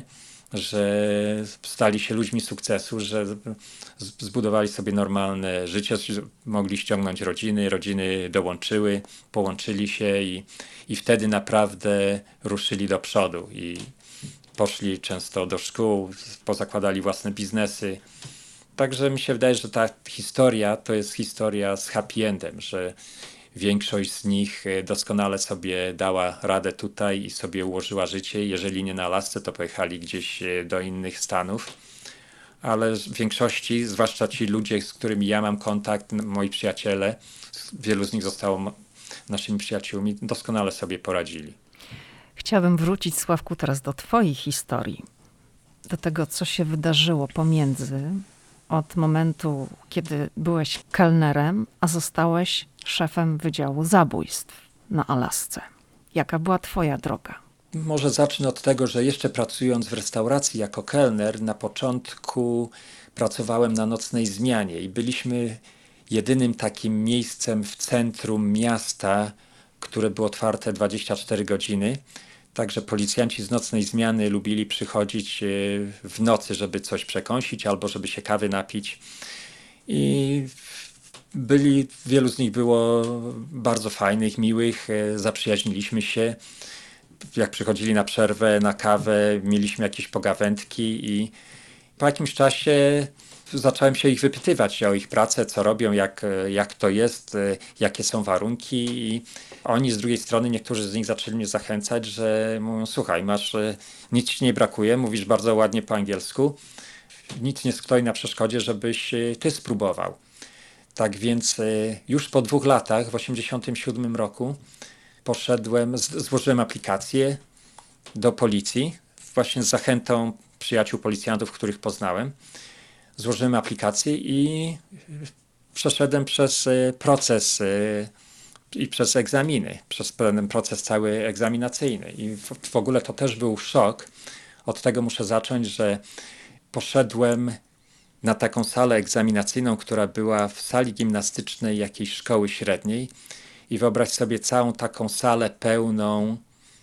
że stali się ludźmi sukcesu, że zbudowali sobie normalne życie, mogli ściągnąć rodziny dołączyły, połączyli się i wtedy naprawdę ruszyli do przodu i poszli często do szkół, pozakładali własne biznesy. Także mi się wydaje, że ta historia to jest historia z happy endem, że większość z nich doskonale sobie dała radę tutaj i sobie ułożyła życie. Jeżeli nie na Alasce, to pojechali gdzieś do innych stanów. Ale w większości, zwłaszcza ci ludzie, z którymi ja mam kontakt, moi przyjaciele, wielu z nich zostało naszymi przyjaciółmi, doskonale sobie poradzili. Chciałabym wrócić, Sławku, teraz do twojej historii. Do tego, co się wydarzyło pomiędzy od momentu, kiedy byłeś kelnerem, a zostałeś szefem Wydziału Zabójstw na Alasce. Jaka była twoja droga? Może zacznę od tego, że jeszcze pracując w restauracji jako kelner, na początku pracowałem na nocnej zmianie i byliśmy jedynym takim miejscem w centrum miasta, które było otwarte 24 godziny. Także policjanci z nocnej zmiany lubili przychodzić w nocy, żeby coś przekąsić albo żeby się kawy napić. I wielu z nich było bardzo fajnych, miłych, zaprzyjaźniliśmy się. Jak przychodzili na przerwę, na kawę, mieliśmy jakieś pogawędki i po jakimś czasie zacząłem się ich wypytywać o ich pracę, co robią, jak to jest, jakie są warunki i oni z drugiej strony, niektórzy z nich zaczęli mnie zachęcać, że mówią, słuchaj, nic ci nie brakuje, mówisz bardzo ładnie po angielsku, nic nie stoi na przeszkodzie, żebyś ty spróbował. Tak więc już po 2 latach, w 1987 roku, złożyłem aplikację do policji, właśnie z zachętą przyjaciół policjantów, których poznałem. Złożyłem aplikację i przeszedłem przez proces i przez egzaminy, przez ten proces cały egzaminacyjny. I w ogóle to też był szok. Od tego muszę zacząć, że poszedłem na taką salę egzaminacyjną, która była w sali gimnastycznej jakiejś szkoły średniej i wyobraź sobie całą taką salę pełną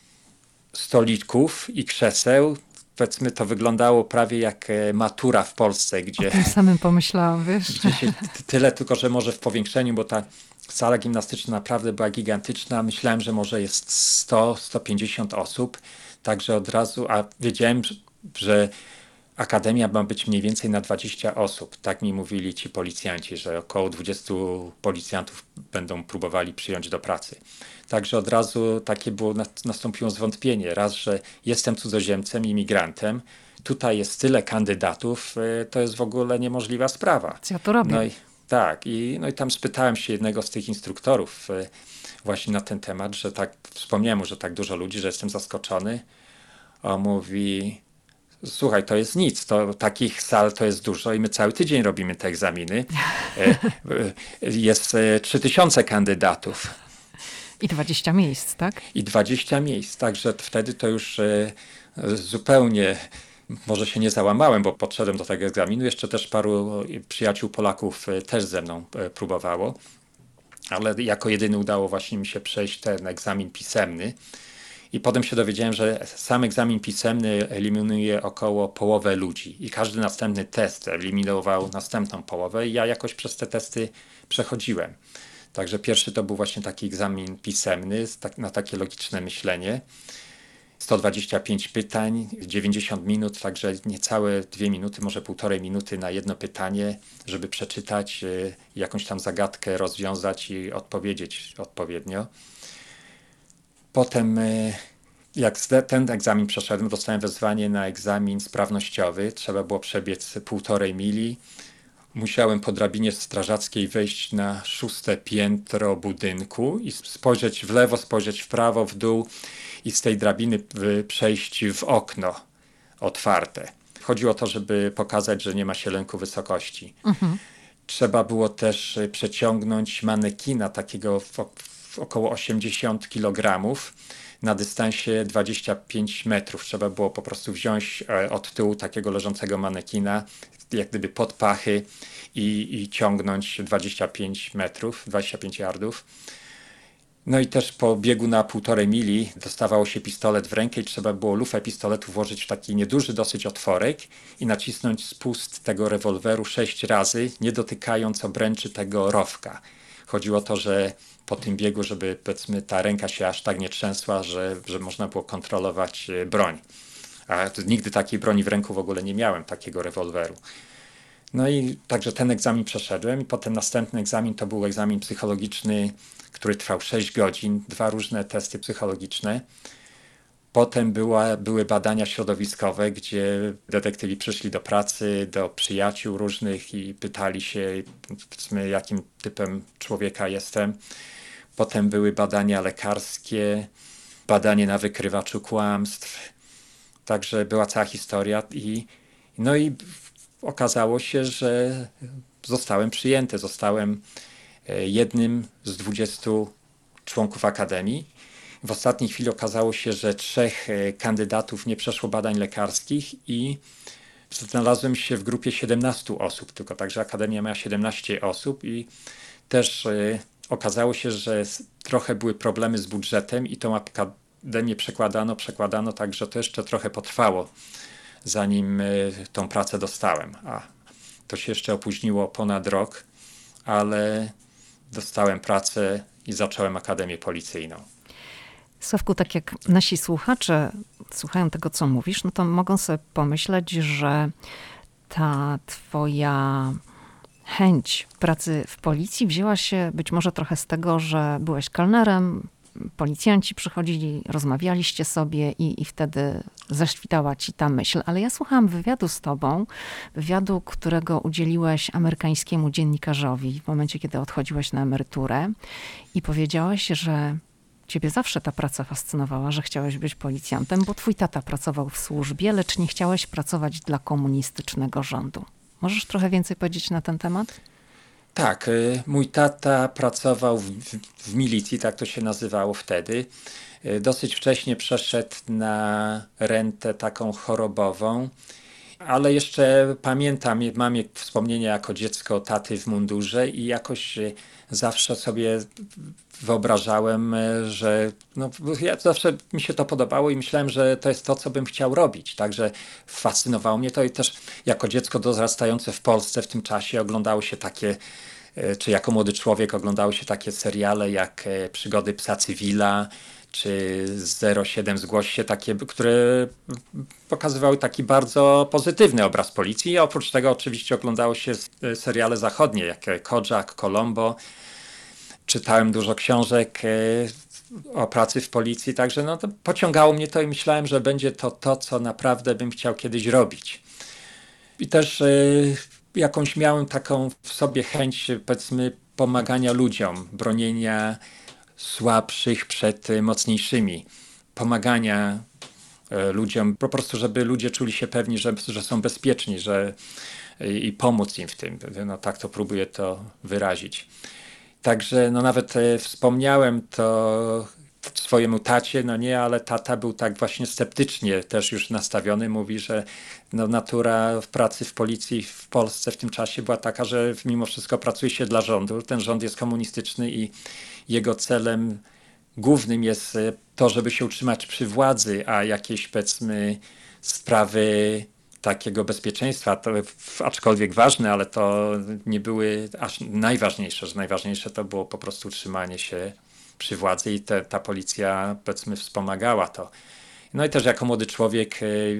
stolików i krzeseł. Powiedzmy, to wyglądało prawie jak matura w Polsce, gdzie... O tym samym pomyślałam, wiesz? Tyle tylko, że może w powiększeniu, bo ta sala gimnastyczna naprawdę była gigantyczna. Myślałem, że może jest 100-150 osób. Także od razu, a wiedziałem, że akademia ma być mniej więcej na 20 osób. Tak mi mówili ci policjanci, że około 20 policjantów będą próbowali przyjąć do pracy. Także od razu nastąpiło zwątpienie. Raz, że jestem cudzoziemcem, imigrantem. Tutaj jest tyle kandydatów, to jest w ogóle niemożliwa sprawa. Co ja to robię? No i tak, i tam spytałem się jednego z tych instruktorów właśnie na ten temat, że tak, wspomniałem mu, że tak dużo ludzi, że jestem zaskoczony. On mówi... Słuchaj, to jest nic, takich sal to jest dużo i my cały tydzień robimy te egzaminy. Jest 3000 kandydatów. I 20 miejsc, tak? I 20 miejsc, także wtedy to już zupełnie, może się nie załamałem, bo podszedłem do tego egzaminu. Jeszcze też paru przyjaciół Polaków też ze mną próbowało, ale jako jedyny udało właśnie mi się przejść ten egzamin pisemny. I potem się dowiedziałem, że sam egzamin pisemny eliminuje około połowę ludzi i każdy następny test eliminował następną połowę i ja jakoś przez te testy przechodziłem. Także pierwszy to był właśnie taki egzamin pisemny na takie logiczne myślenie. 125 pytań, 90 minut, także niecałe 2 minuty, może 1,5 minuty na jedno pytanie, żeby przeczytać, jakąś tam zagadkę rozwiązać i odpowiedzieć odpowiednio. Potem, jak ten egzamin przeszedłem, dostałem wezwanie na egzamin sprawnościowy. Trzeba było przebiec 1,5 mili. Musiałem po drabinie strażackiej wejść na 6. piętro budynku i spojrzeć w lewo, spojrzeć w prawo, w dół i z tej drabiny przejść w okno otwarte. Chodziło o to, żeby pokazać, że nie ma się lęku wysokości. Trzeba było też przeciągnąć manekina takiego około 80 kg na dystansie 25 metrów. Trzeba było po prostu wziąć od tyłu takiego leżącego manekina, jak gdyby pod pachy i ciągnąć 25 metrów, 25 yardów. No i też po biegu na 1,5 mili dostawało się pistolet w rękę i trzeba było lufę pistoletu włożyć w taki nieduży dosyć otworek i nacisnąć spust tego rewolweru 6 razy, nie dotykając obręczy tego rowka. Chodziło o to, że po tym biegu, żeby powiedzmy ta ręka się aż tak nie trzęsła, że można było kontrolować broń. A nigdy takiej broni w ręku w ogóle nie miałem, takiego rewolweru. No i także ten egzamin przeszedłem i potem następny egzamin to był egzamin psychologiczny, który trwał 6 godzin, 2 różne testy psychologiczne. Potem były badania środowiskowe, gdzie detektywi przyszli do pracy, do przyjaciół różnych i pytali się, powiedzmy, jakim typem człowieka jestem. Potem były badania lekarskie, badanie na wykrywaczu kłamstw. Także była cała historia no i okazało się, że zostałem przyjęty. Zostałem jednym z 20 członków Akademii. W ostatniej chwili okazało się, że 3 kandydatów nie przeszło badań lekarskich i znalazłem się w grupie 17 osób tylko, także Akademia miała 17 osób i też okazało się, że trochę były problemy z budżetem i tą akademię przekładano, także to jeszcze trochę potrwało, zanim tą pracę dostałem. A to się jeszcze opóźniło ponad rok, ale dostałem pracę i zacząłem Akademię Policyjną. Sławku, tak jak nasi słuchacze słuchają tego, co mówisz, no to mogą sobie pomyśleć, że ta twoja chęć pracy w policji wzięła się być może trochę z tego, że byłeś kelnerem, policjanci przychodzili, rozmawialiście sobie i wtedy zaświtała ci ta myśl. Ale ja słuchałam wywiadu z tobą, wywiadu, którego udzieliłeś amerykańskiemu dziennikarzowi w momencie, kiedy odchodziłeś na emeryturę i powiedziałeś, że ciebie zawsze ta praca fascynowała, że chciałeś być policjantem, bo twój tata pracował w służbie, lecz nie chciałeś pracować dla komunistycznego rządu. Możesz trochę więcej powiedzieć na ten temat? Tak, mój tata pracował w milicji, tak to się nazywało wtedy. Dosyć wcześnie przeszedł na rentę taką chorobową, ale jeszcze pamiętam, mam wspomnienia jako dziecko taty w mundurze i jakoś zawsze sobie wyobrażałem, że zawsze mi się to podobało i myślałem, że to jest to, co bym chciał robić. Także fascynowało mnie to i też jako dziecko dorastające w Polsce w tym czasie oglądało się takie, czy jako młody człowiek oglądało się takie seriale jak Przygody psa cywila, czy 07 zgłoś się, takie, które pokazywały taki bardzo pozytywny obraz policji. A oprócz tego oczywiście oglądało się seriale zachodnie, jak Kojak, Columbo. Czytałem dużo książek o pracy w policji, także to pociągało mnie to i myślałem, że będzie to, co naprawdę bym chciał kiedyś robić. I też jakąś miałem taką w sobie chęć, powiedzmy, pomagania ludziom, bronienia słabszych przed mocniejszymi, pomagania ludziom, po prostu, żeby ludzie czuli się pewni, że są bezpieczni, i pomóc im w tym. Tak to próbuję to wyrazić. Także nawet wspomniałem to swojemu tacie, ale tata był tak właśnie sceptycznie też już nastawiony. Mówi, że natura w pracy w policji w Polsce w tym czasie była taka, że mimo wszystko pracuje się dla rządu. Ten rząd jest komunistyczny i jego celem głównym jest to, żeby się utrzymać przy władzy, a jakieś, powiedzmy, sprawy takiego bezpieczeństwa, to aczkolwiek ważne, ale to nie były aż najważniejsze, że najważniejsze to było po prostu utrzymanie się przy władzy i ta policja, powiedzmy, wspomagała to. No i też jako młody człowiek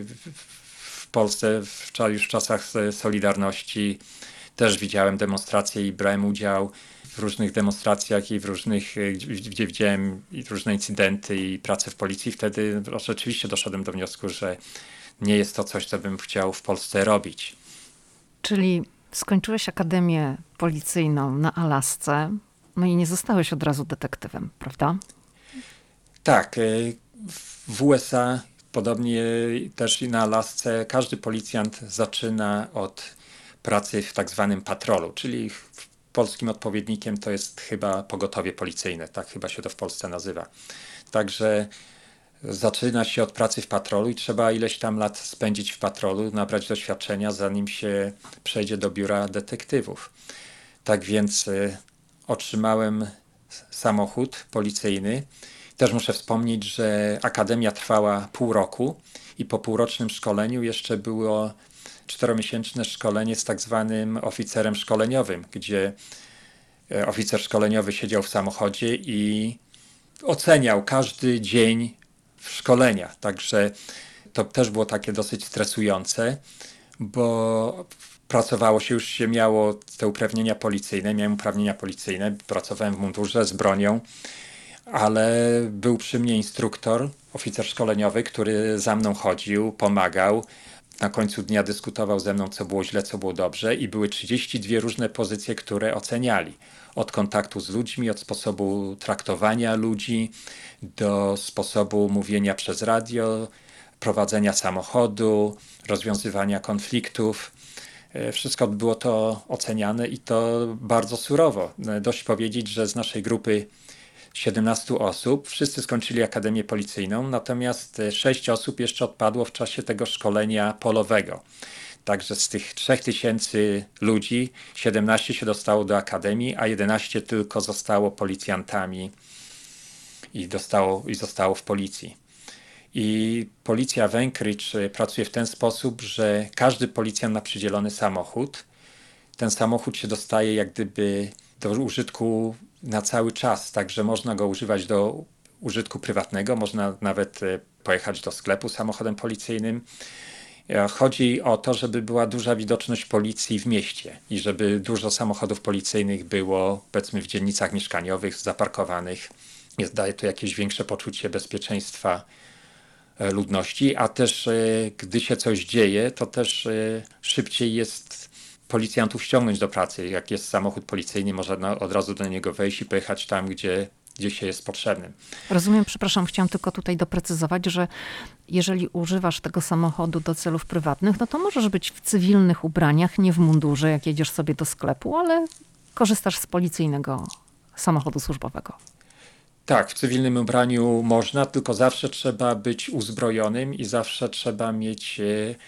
w Polsce, już w czasach Solidarności, też widziałem demonstracje i brałem udział w różnych demonstracjach i gdzie widziałem różne incydenty i pracę w policji. Wtedy rzeczywiście doszedłem do wniosku, że nie jest to coś, co bym chciał w Polsce robić. Czyli skończyłeś Akademię Policyjną na Alasce, i nie zostałeś od razu detektywem, prawda? Tak. W USA, podobnie też i na Alasce, każdy policjant zaczyna od pracy w tak zwanym patrolu, czyli polskim odpowiednikiem to jest chyba pogotowie policyjne, tak chyba się to w Polsce nazywa. Także zaczyna się od pracy w patrolu i trzeba ileś tam lat spędzić w patrolu, nabrać doświadczenia, zanim się przejdzie do biura detektywów. Tak więc otrzymałem samochód policyjny. Też muszę wspomnieć, że akademia trwała pół roku i po półrocznym szkoleniu jeszcze było 4-miesięczne szkolenie z tak zwanym oficerem szkoleniowym, gdzie oficer szkoleniowy siedział w samochodzie i oceniał każdy dzień szkolenia. Także to też było takie dosyć stresujące, bo pracowało się, już się miało te uprawnienia policyjne, miałem uprawnienia policyjne, pracowałem w mundurze z bronią, ale był przy mnie instruktor, oficer szkoleniowy, który za mną chodził, pomagał. Na końcu dnia dyskutował ze mną, co było źle, co było dobrze i były 32 różne pozycje, które oceniali. Od kontaktu z ludźmi, od sposobu traktowania ludzi, do sposobu mówienia przez radio, prowadzenia samochodu, rozwiązywania konfliktów. Wszystko było to oceniane i to bardzo surowo. Dość powiedzieć, że z naszej grupy 17 osób, wszyscy skończyli Akademię Policyjną, natomiast 6 osób jeszcze odpadło w czasie tego szkolenia polowego. Także z tych 3000 ludzi 17 się dostało do Akademii, a 11 tylko zostało policjantami i zostało w policji. I policja w Anchorage pracuje w ten sposób, że każdy policjant ma przydzielony samochód. Ten samochód się dostaje jak gdyby do użytku na cały czas, także można go używać do użytku prywatnego, można nawet pojechać do sklepu samochodem policyjnym. Chodzi o to, żeby była duża widoczność policji w mieście i żeby dużo samochodów policyjnych było, powiedzmy, w dzielnicach mieszkaniowych zaparkowanych. Daje to jakieś większe poczucie bezpieczeństwa ludności, a też gdy się coś dzieje, to też szybciej jest policjantów ściągnąć do pracy. Jak jest samochód policyjny, można od razu do niego wejść i pojechać tam, gdzie się jest potrzebnym. Rozumiem, przepraszam, chciałam tylko tutaj doprecyzować, że jeżeli używasz tego samochodu do celów prywatnych, no to możesz być w cywilnych ubraniach, nie w mundurze, jak jedziesz sobie do sklepu, ale korzystasz z policyjnego samochodu służbowego. Tak, w cywilnym ubraniu można, tylko zawsze trzeba być uzbrojonym i zawsze trzeba mieć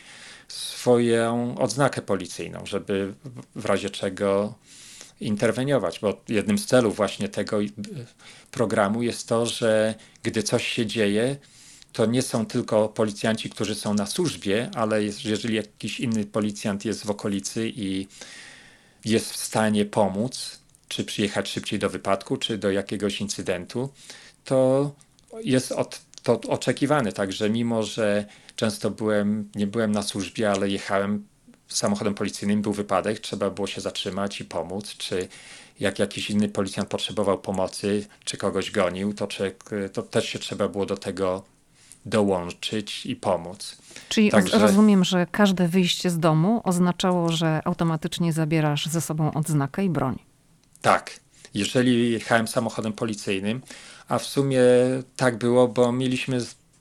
swoją odznakę policyjną, żeby w razie czego interweniować, bo jednym z celów właśnie tego programu jest to, że gdy coś się dzieje, to nie są tylko policjanci, którzy są na służbie, ale jeżeli jakiś inny policjant jest w okolicy i jest w stanie pomóc, czy przyjechać szybciej do wypadku, czy do jakiegoś incydentu, to jest to oczekiwane. Także mimo, że często nie byłem na służbie, ale jechałem samochodem policyjnym, był wypadek, trzeba było się zatrzymać i pomóc, czy jak jakiś inny policjant potrzebował pomocy, czy kogoś gonił, to też się trzeba było do tego dołączyć i pomóc. Czyli rozumiem, że każde wyjście z domu oznaczało, że automatycznie zabierasz ze sobą odznakę i broń. Tak, jeżeli jechałem samochodem policyjnym, a w sumie tak było, bo mieliśmy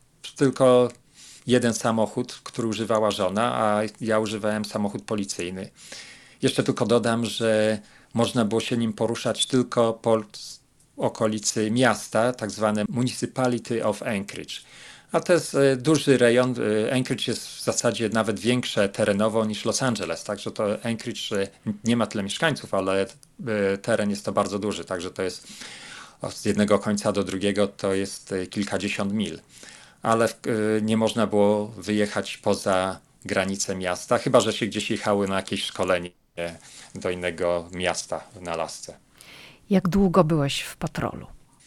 tylko jeden samochód, który używała żona, a ja używałem samochód policyjny. Jeszcze tylko dodam, że można było się nim poruszać tylko po okolicy miasta, tak zwane Municipality of Anchorage. A to jest duży rejon. Anchorage jest w zasadzie nawet większe terenowo niż Los Angeles, także to Anchorage nie ma tyle mieszkańców, ale teren jest to bardzo duży, także to jest od jednego końca do drugiego to jest kilkadziesiąt mil. Ale nie można było wyjechać poza granice miasta, chyba że się gdzieś jechały na jakieś szkolenie do innego miasta na lasce. Jak długo byłeś w patrolu?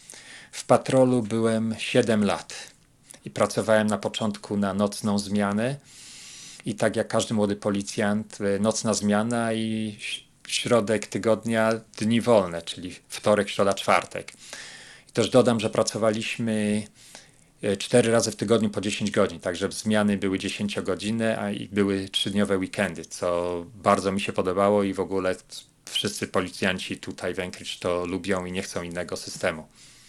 W patrolu byłem 7 lat i pracowałem na początku na nocną zmianę i tak jak każdy młody policjant, nocna zmiana i środek tygodnia dni wolne, czyli wtorek, środa, czwartek. I też dodam, że pracowaliśmy 4 razy w tygodniu po 10 godzin, także zmiany były 10-godzinne, a i były 3-dniowe weekendy, co bardzo mi się podobało i w ogóle wszyscy policjanci tutaj w Anchorage to lubią i nie chcą innego systemu.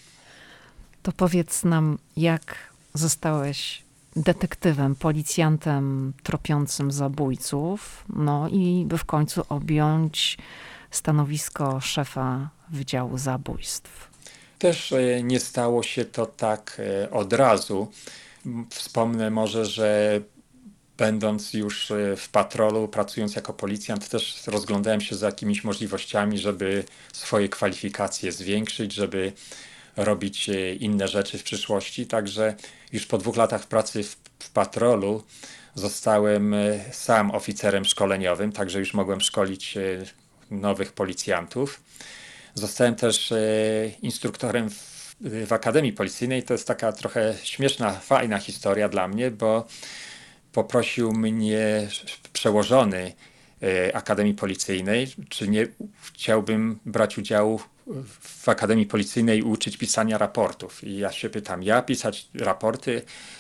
To powiedz nam, jak zostałeś detektywem, policjantem tropiącym zabójców, no i by w końcu objąć stanowisko szefa Wydziału Zabójstw. Też nie stało się to tak od razu. Wspomnę może, że będąc już w patrolu, pracując jako policjant, też rozglądałem się za jakimiś możliwościami, żeby swoje kwalifikacje zwiększyć, żeby robić inne rzeczy w przyszłości. Także już po 2 latach pracy w patrolu zostałem sam oficerem szkoleniowym, także już mogłem szkolić nowych policjantów. Zostałem też instruktorem w Akademii Policyjnej. To jest taka trochę śmieszna, fajna historia dla mnie, bo poprosił mnie przełożony Akademii Policyjnej, czy nie chciałbym brać udziału w Akademii Policyjnej i uczyć pisania raportów. I ja się pytam, ja pisać raporty?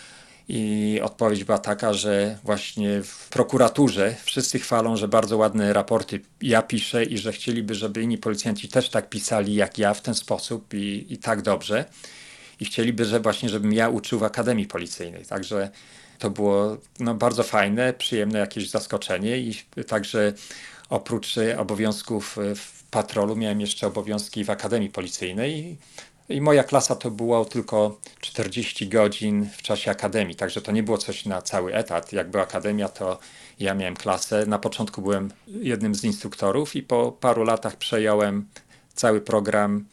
I odpowiedź była taka, że właśnie w prokuraturze wszyscy chwalą, że bardzo ładne raporty ja piszę i że chcieliby, żeby inni policjanci też tak pisali jak ja w ten sposób i tak dobrze. I chcieliby, że właśnie, żebym ja uczył w Akademii Policyjnej. Także to było bardzo fajne, przyjemne jakieś zaskoczenie i także oprócz obowiązków w patrolu miałem jeszcze obowiązki w Akademii Policyjnej i moja klasa to było tylko 40 godzin w czasie akademii, także to nie było coś na cały etat. Jak była akademia, to ja miałem klasę. Na początku byłem jednym z instruktorów i po paru latach przejąłem cały program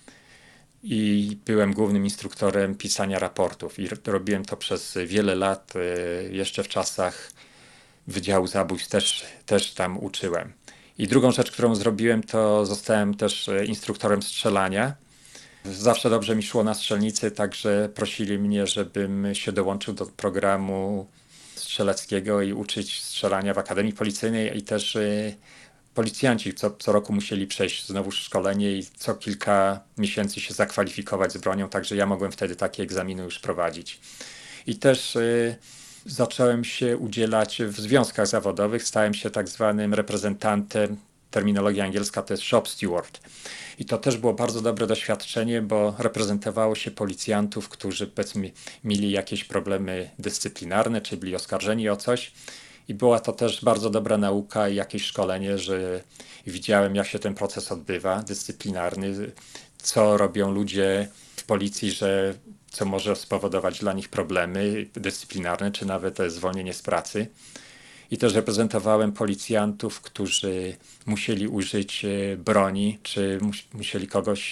i byłem głównym instruktorem pisania raportów i robiłem to przez wiele lat, jeszcze w czasach Wydziału Zabójstw też tam uczyłem. I drugą rzecz, którą zrobiłem, to zostałem też instruktorem strzelania. Zawsze dobrze mi szło na strzelnicy, także prosili mnie, żebym się dołączył do programu strzeleckiego i uczyć strzelania w Akademii Policyjnej i też policjanci co roku musieli przejść znowu szkolenie i co kilka miesięcy się zakwalifikować z bronią, także ja mogłem wtedy takie egzaminy już prowadzić. I też zacząłem się udzielać w związkach zawodowych, stałem się tak zwanym reprezentantem, terminologia angielska to jest shop steward. I to też było bardzo dobre doświadczenie, bo reprezentowało się policjantów, którzy powiedzmy mieli jakieś problemy dyscyplinarne, czy byli oskarżeni o coś. I była to też bardzo dobra nauka i jakieś szkolenie, że widziałem, jak się ten proces odbywa, dyscyplinarny, co robią ludzie w policji, co może spowodować dla nich problemy dyscyplinarne, czy nawet zwolnienie z pracy. I też reprezentowałem policjantów, którzy musieli użyć broni, czy musieli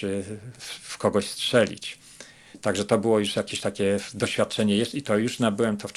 w kogoś strzelić. Także to było już jakieś takie doświadczenie jest i to już nabyłem to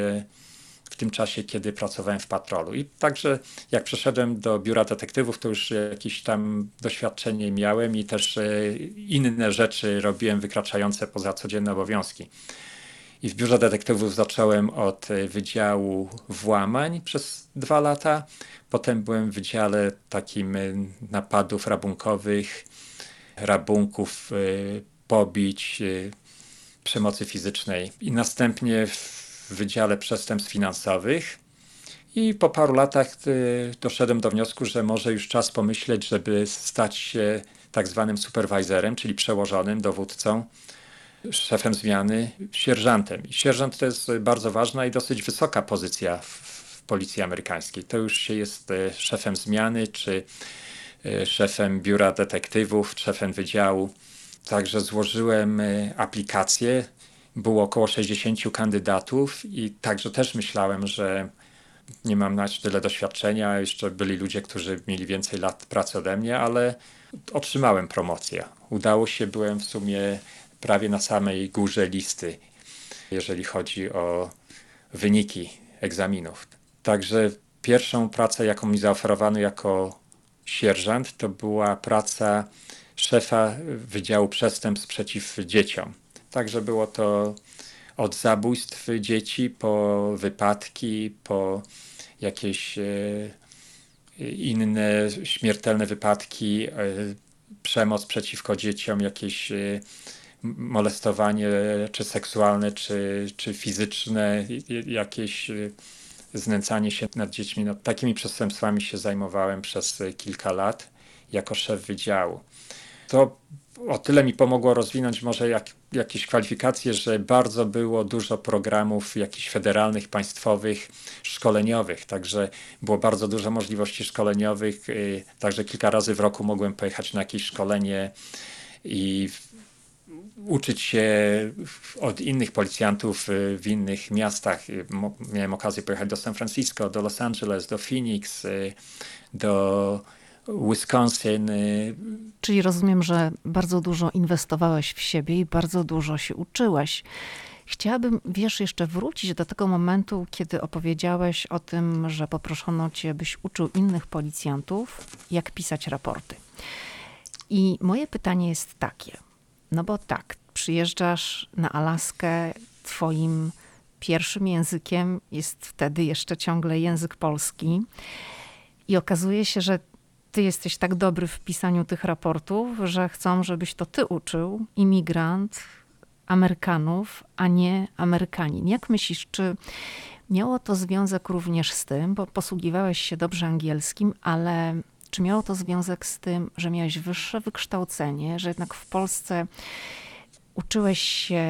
w tym czasie, kiedy pracowałem w patrolu. I także jak przeszedłem do biura detektywów, to już jakieś tam doświadczenie miałem i też inne rzeczy robiłem wykraczające poza codzienne obowiązki. I w biurze detektywów zacząłem od Wydziału Włamań przez 2 lata. Potem byłem w Wydziale takim napadów rabunkowych, rabunków, pobić, przemocy fizycznej. I następnie w Wydziale Przestępstw Finansowych. I po paru latach doszedłem do wniosku, że może już czas pomyśleć, żeby stać się tak zwanym superwajzerem, czyli przełożonym, dowódcą, szefem zmiany, sierżantem. I sierżant to jest bardzo ważna i dosyć wysoka pozycja w policji amerykańskiej. To już się jest szefem zmiany, czy szefem biura detektywów, szefem wydziału. Także złożyłem aplikację. Było około 60 kandydatów i także też myślałem, że nie mam na tyle doświadczenia. Jeszcze byli ludzie, którzy mieli więcej lat pracy ode mnie, ale otrzymałem promocję. Udało się, byłem w sumie prawie na samej górze listy, jeżeli chodzi o wyniki egzaminów. Także pierwszą pracę, jaką mi zaoferowano jako sierżant, to była praca szefa Wydziału Przestępstw przeciw Dzieciom. Także było to od zabójstw dzieci po wypadki, po jakieś inne śmiertelne wypadki, przemoc przeciwko dzieciom, jakieś molestowanie czy seksualne, czy fizyczne, jakieś znęcanie się nad dziećmi. No, takimi przestępstwami się zajmowałem przez kilka lat jako szef wydziału. To o tyle mi pomogło rozwinąć może jakieś kwalifikacje, że bardzo było dużo programów jakichś federalnych, państwowych, szkoleniowych. Także było bardzo dużo możliwości szkoleniowych. Także kilka razy w roku mogłem pojechać na jakieś szkolenie i uczyć się od innych policjantów w innych miastach. Miałem okazję pojechać do San Francisco, do Los Angeles, do Phoenix, do Wisconsin. Czyli rozumiem, że bardzo dużo inwestowałeś w siebie i bardzo dużo się uczyłeś. Chciałabym, jeszcze wrócić do tego momentu, kiedy opowiedziałeś o tym, że poproszono cię, byś uczył innych policjantów, jak pisać raporty. I moje pytanie jest takie, no bo tak, przyjeżdżasz na Alaskę, twoim pierwszym językiem jest wtedy jeszcze ciągle język polski i okazuje się, że ty jesteś tak dobry w pisaniu tych raportów, że chcą, żebyś to ty uczył, imigrant, Amerykanów, a nie Amerykanin. Jak myślisz, czy miało to związek również z tym, bo posługiwałeś się dobrze angielskim, ale czy miało to związek z tym, że miałeś wyższe wykształcenie, że jednak w Polsce uczyłeś się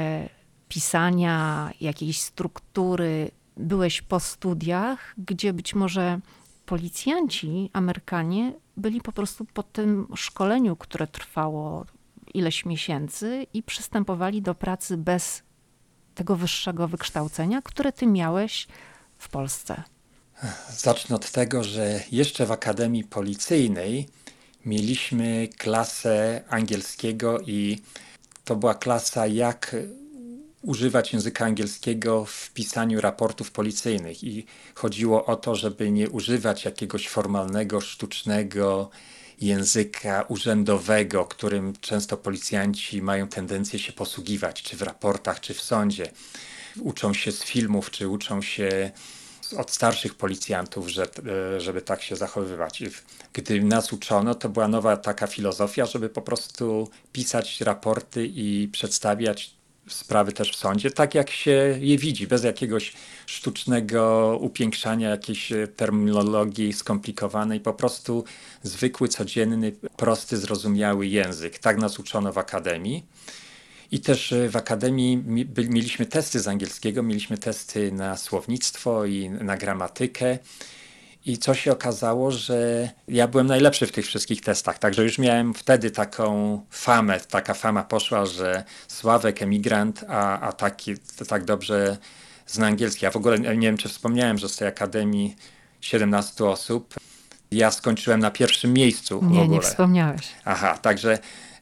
pisania, jakiejś struktury, byłeś po studiach, gdzie być może policjanci Amerykanie byli po prostu po tym szkoleniu, które trwało ileś miesięcy i przystępowali do pracy bez tego wyższego wykształcenia, które ty miałeś w Polsce? Zacznę od tego, że jeszcze w Akademii Policyjnej mieliśmy klasę angielskiego i to była klasa, jak używać języka angielskiego w pisaniu raportów policyjnych. I chodziło o to, żeby nie używać jakiegoś formalnego, sztucznego języka urzędowego, którym często policjanci mają tendencję się posługiwać, czy w raportach, czy w sądzie. Uczą się z filmów, czy uczą się od starszych policjantów, żeby tak się zachowywać. I gdy nas uczono, to była nowa taka filozofia, żeby po prostu pisać raporty i przedstawiać sprawy też w sądzie, tak jak się je widzi, bez jakiegoś sztucznego upiększania, jakiejś terminologii skomplikowanej, po prostu zwykły, codzienny, prosty, zrozumiały język. Tak nas uczono w akademii. I też w akademii mieliśmy testy z angielskiego, mieliśmy testy na słownictwo i na gramatykę. I co się okazało, że ja byłem najlepszy w tych wszystkich testach. Także już miałem wtedy taką famę, taka fama poszła, że Sławek, emigrant, a tak dobrze zna angielski. Ja w ogóle nie wiem, czy wspomniałem, że z tej akademii 17 osób ja skończyłem na pierwszym miejscu w ogóle. Nie wspomniałeś. Aha, także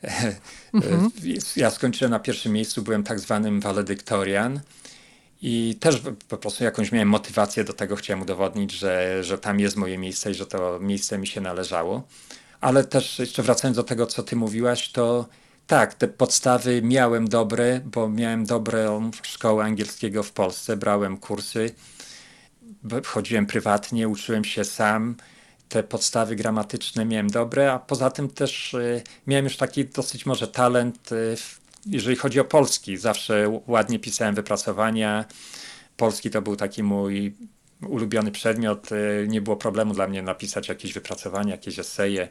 ja skończyłem na pierwszym miejscu, byłem tak zwanym valedictorian i też po prostu jakąś miałem motywację do tego, chciałem udowodnić, że tam jest moje miejsce i że to miejsce mi się należało. Ale też jeszcze wracając do tego, co ty mówiłaś, to tak, te podstawy miałem dobre, bo miałem dobrą szkołę angielskiego w Polsce, brałem kursy, chodziłem prywatnie, uczyłem się sam. Te podstawy gramatyczne miałem dobre, a poza tym też miałem już taki dosyć może talent, jeżeli chodzi o polski. Zawsze ładnie pisałem wypracowania. Polski to był taki mój ulubiony przedmiot. Nie było problemu dla mnie napisać jakieś wypracowania, jakieś eseje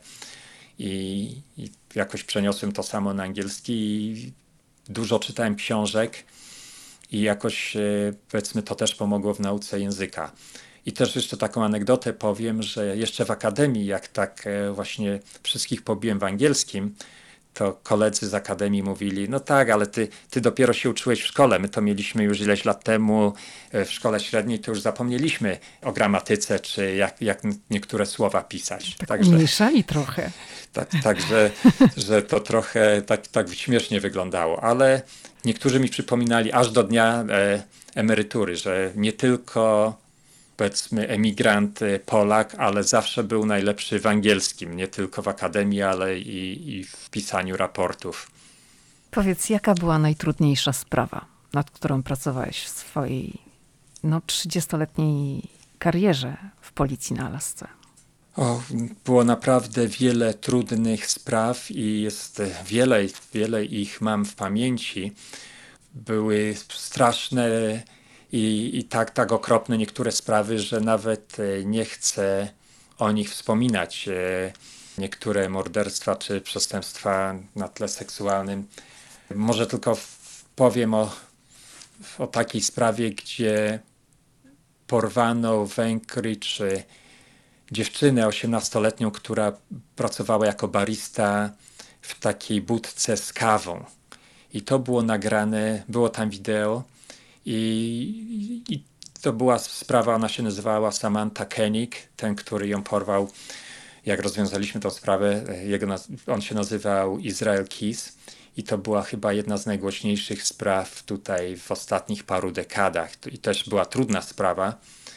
i jakoś przeniosłem to samo na angielski i dużo czytałem książek i jakoś powiedzmy to też pomogło w nauce języka. I też jeszcze taką anegdotę powiem, że jeszcze w akademii, jak tak właśnie wszystkich pobiłem w angielskim, to koledzy z akademii mówili, no tak, ale ty dopiero się uczyłeś w szkole, my to mieliśmy już ileś lat temu w szkole średniej, to już zapomnieliśmy o gramatyce, czy jak niektóre słowa pisać. Także umniejszali trochę. Także że to trochę tak śmiesznie wyglądało, ale niektórzy mi przypominali aż do dnia emerytury, że nie tylko powiedzmy emigrant Polak, ale zawsze był najlepszy w angielskim, nie tylko w akademii, ale i w pisaniu raportów. Powiedz, jaka była najtrudniejsza sprawa, nad którą pracowałeś w swojej 30-letniej karierze w policji na Alasce? Było naprawdę wiele trudnych spraw i jest wiele ich mam w pamięci. Były straszne i tak okropne niektóre sprawy, że nawet nie chcę o nich wspominać. Niektóre morderstwa czy przestępstwa na tle seksualnym. Może tylko powiem o takiej sprawie, gdzie porwano w Anchorage dziewczynę 18-letnią, która pracowała jako barista w takiej budce z kawą. I to było nagrane, było tam wideo i to była sprawa, ona się nazywała Samantha Koenig, ten, który ją porwał. Jak rozwiązaliśmy tę sprawę, on się nazywał Israel Keys i to była chyba jedna z najgłośniejszych spraw tutaj w ostatnich paru dekadach. I też była trudna sprawa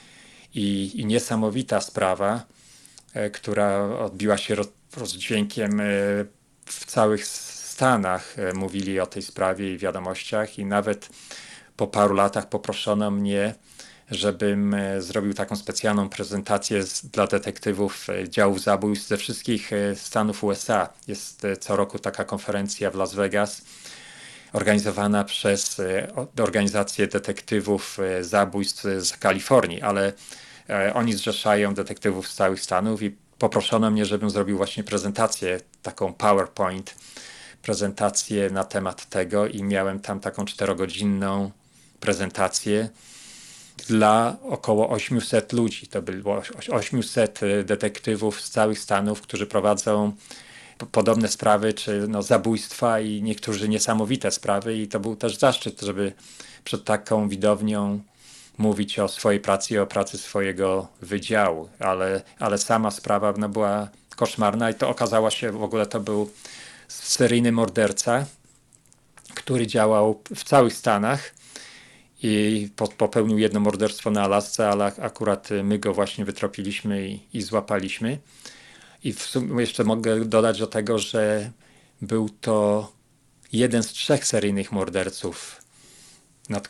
i niesamowita sprawa, która odbiła się rozdźwiękiem w całych Stanach. Mówili o tej sprawie i wiadomościach i nawet po paru latach poproszono mnie, żebym zrobił taką specjalną prezentację dla detektywów działów zabójstw ze wszystkich stanów USA. Jest co roku taka konferencja w Las Vegas, organizowana przez organizację detektywów zabójstw z Kalifornii, ale oni zrzeszają detektywów z całych Stanów i poproszono mnie, żebym zrobił właśnie prezentację, taką PowerPoint, prezentację na temat tego i miałem tam taką 4-godzinną prezentację dla około 800 ludzi. To było 800 detektywów z całych Stanów, którzy prowadzą podobne sprawy, czy zabójstwa i niektórzy niesamowite sprawy i to był też zaszczyt, żeby przed taką widownią mówić o swojej pracy i o pracy swojego wydziału, ale sama sprawa była koszmarna i to okazało się, w ogóle to był seryjny morderca, który działał w całych Stanach i popełnił jedno morderstwo na Alasce, ale akurat my go właśnie wytropiliśmy i złapaliśmy. I w sumie jeszcze mogę dodać do tego, że był to jeden z 3 seryjnych morderców, nad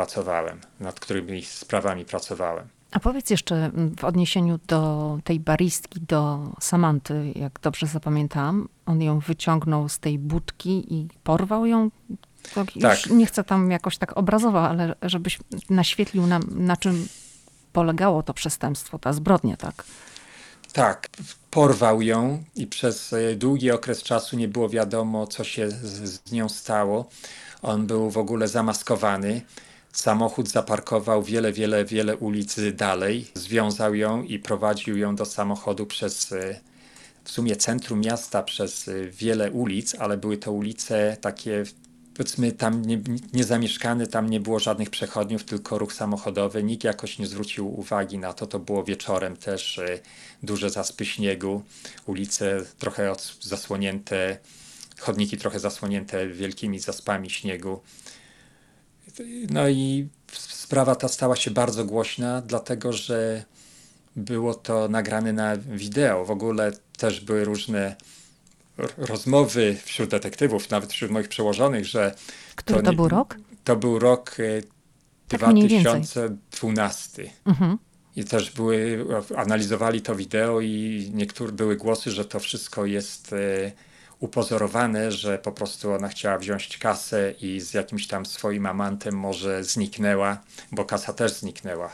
którymi sprawami pracowałem. A powiedz jeszcze w odniesieniu do tej baristki, do Samanty, jak dobrze zapamiętałam, on ją wyciągnął z tej budki i porwał ją? Tak. Już nie chcę tam jakoś tak obrazowo, ale żebyś naświetlił nam, na czym polegało to przestępstwo, ta zbrodnia, tak? Tak, porwał ją i przez długi okres czasu nie było wiadomo, co się z nią stało. On był w ogóle zamaskowany. Samochód zaparkował wiele ulic dalej. Związał ją i prowadził ją do samochodu przez w sumie centrum miasta, przez wiele ulic, ale były to ulice takie, powiedzmy, tam niezamieszkane, tam nie było żadnych przechodniów, tylko ruch samochodowy. Nikt jakoś nie zwrócił uwagi na to. To było wieczorem też, duże zaspy śniegu, ulice trochę zasłonięte, chodniki trochę zasłonięte wielkimi zaspami śniegu. No i sprawa ta stała się bardzo głośna, dlatego że było to nagrane na wideo. W ogóle też były różne rozmowy wśród detektywów, nawet wśród moich przełożonych, że... Który to był rok? To był rok Tak 2012. Mhm. I też analizowali to wideo i niektóre były głosy, że to wszystko jest upozorowane, że po prostu ona chciała wziąć kasę i z jakimś tam swoim amantem może zniknęła, bo kasa też zniknęła.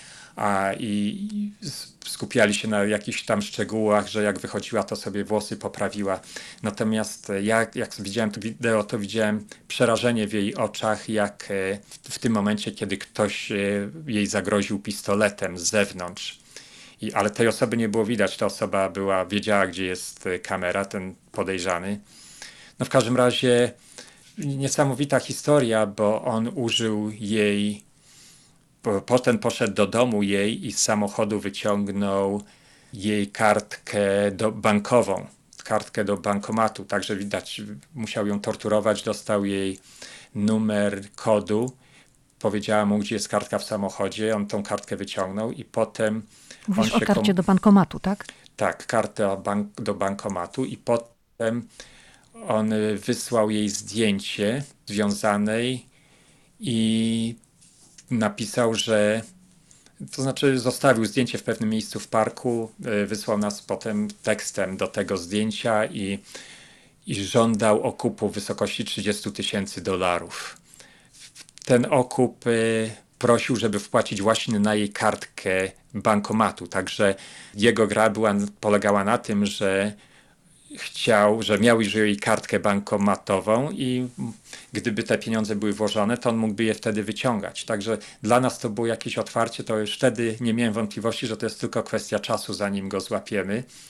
I skupiali się na jakichś tam szczegółach, że jak wychodziła, to sobie włosy poprawiła. Natomiast jak widziałem to wideo, to widziałem przerażenie w jej oczach, jak w tym momencie, kiedy ktoś jej zagroził pistoletem z zewnątrz. Ale tej osoby nie było widać. Ta osoba wiedziała, gdzie jest kamera, ten podejrzany. No w każdym razie niesamowita historia, bo on użył jej. Potem poszedł do domu jej i z samochodu wyciągnął jej kartkę bankową, kartkę do bankomatu. Także widać, musiał ją torturować, dostał jej numer kodu, powiedziała mu, gdzie jest kartka w samochodzie, on tą kartkę wyciągnął i potem... Mówisz o karcie do bankomatu, tak? Tak, kartę do bankomatu i potem on wysłał jej zdjęcie związanej i napisał, że to znaczy zostawił zdjęcie w pewnym miejscu w parku, wysłał nas potem tekstem do tego zdjęcia i żądał okupu w wysokości $30,000. Ten okup prosił, żeby wpłacić właśnie na jej kartkę bankomatu. Także jego gra polegała na tym, że miał już jej kartkę bankomatową i gdyby te pieniądze były włożone, to on mógłby je wtedy wyciągać. Także dla nas to było jakieś otwarcie, to już wtedy nie miałem wątpliwości, że to jest tylko kwestia czasu, zanim go złapiemy.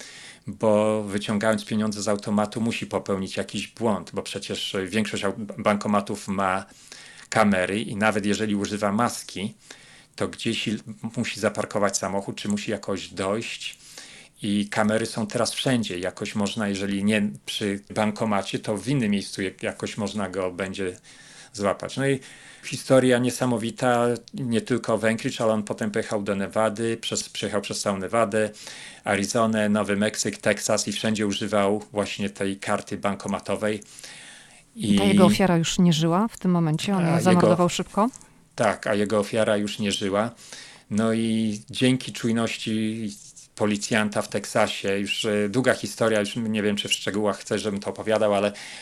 bo wyciągając pieniądze z automatu musi popełnić jakiś błąd, bo przecież większość bankomatów ma kamery i nawet jeżeli używa maski, to gdzieś musi zaparkować samochód, czy musi jakoś dojść. I kamery są teraz wszędzie. Jakoś można, jeżeli nie przy bankomacie, to w innym miejscu jakoś można go będzie złapać. No i historia niesamowita, nie tylko w Anchorage, ale on potem pojechał do Nevady, przejechał przez całą Nevadę, Arizonę, Nowy Meksyk, Teksas i wszędzie używał właśnie tej karty bankomatowej. I ta jego ofiara już nie żyła w tym momencie? On ją zamordował szybko? Tak, a jego ofiara już nie żyła. No i dzięki czujności policjanta w Teksasie, już długa historia, już nie wiem, czy w szczegółach chcesz, żebym to opowiadał,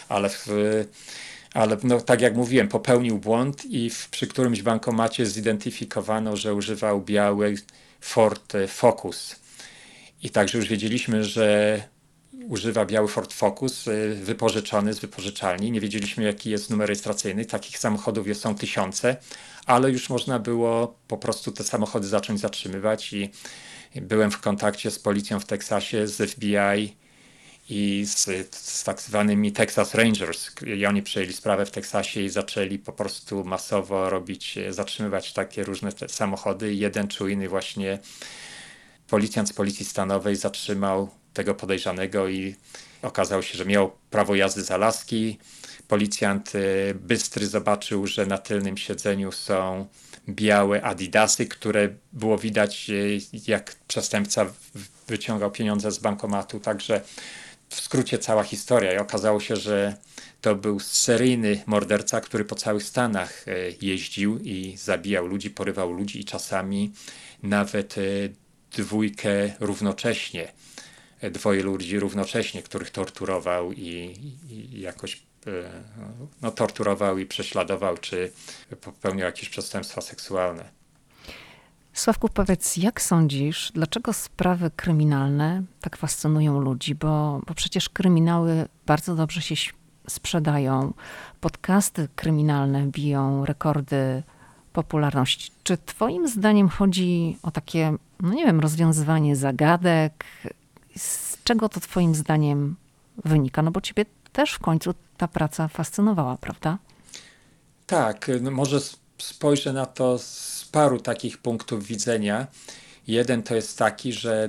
ale no, tak jak mówiłem, popełnił błąd i przy którymś bankomacie zidentyfikowano, że używał biały Ford Focus. I także już wiedzieliśmy, że używa biały Ford Focus wypożyczony z wypożyczalni. Nie wiedzieliśmy, jaki jest numer rejestracyjny. Takich samochodów są tysiące, ale już można było po prostu te samochody zacząć zatrzymywać i byłem w kontakcie z policją w Teksasie, z FBI i z tak zwanymi Texas Rangers. I oni przejęli sprawę w Teksasie i zaczęli po prostu masowo zatrzymywać takie różne samochody. Jeden czy inny właśnie policjant z policji stanowej zatrzymał tego podejrzanego i okazało się, że miał prawo jazdy z Alaski. Policjant bystry zobaczył, że na tylnym siedzeniu są białe adidasy, które było widać, jak przestępca wyciągał pieniądze z bankomatu. Także w skrócie cała historia. I okazało się, że to był seryjny morderca, który po całych Stanach jeździł i zabijał ludzi, porywał ludzi i czasami nawet dwójkę równocześnie. Dwoje ludzi równocześnie, których torturował i jakoś torturował i prześladował, czy popełniał jakieś przestępstwa seksualne. Sławku, powiedz, jak sądzisz, dlaczego sprawy kryminalne tak fascynują ludzi? Bo przecież kryminały bardzo dobrze się sprzedają. Podcasty kryminalne biją rekordy popularności. Czy twoim zdaniem chodzi o takie, no nie wiem, rozwiązywanie zagadek? Z czego to twoim zdaniem wynika? No bo ciebie też w końcu ta praca fascynowała, prawda? Tak, no może spojrzę na to z paru takich punktów widzenia. Jeden to jest taki, że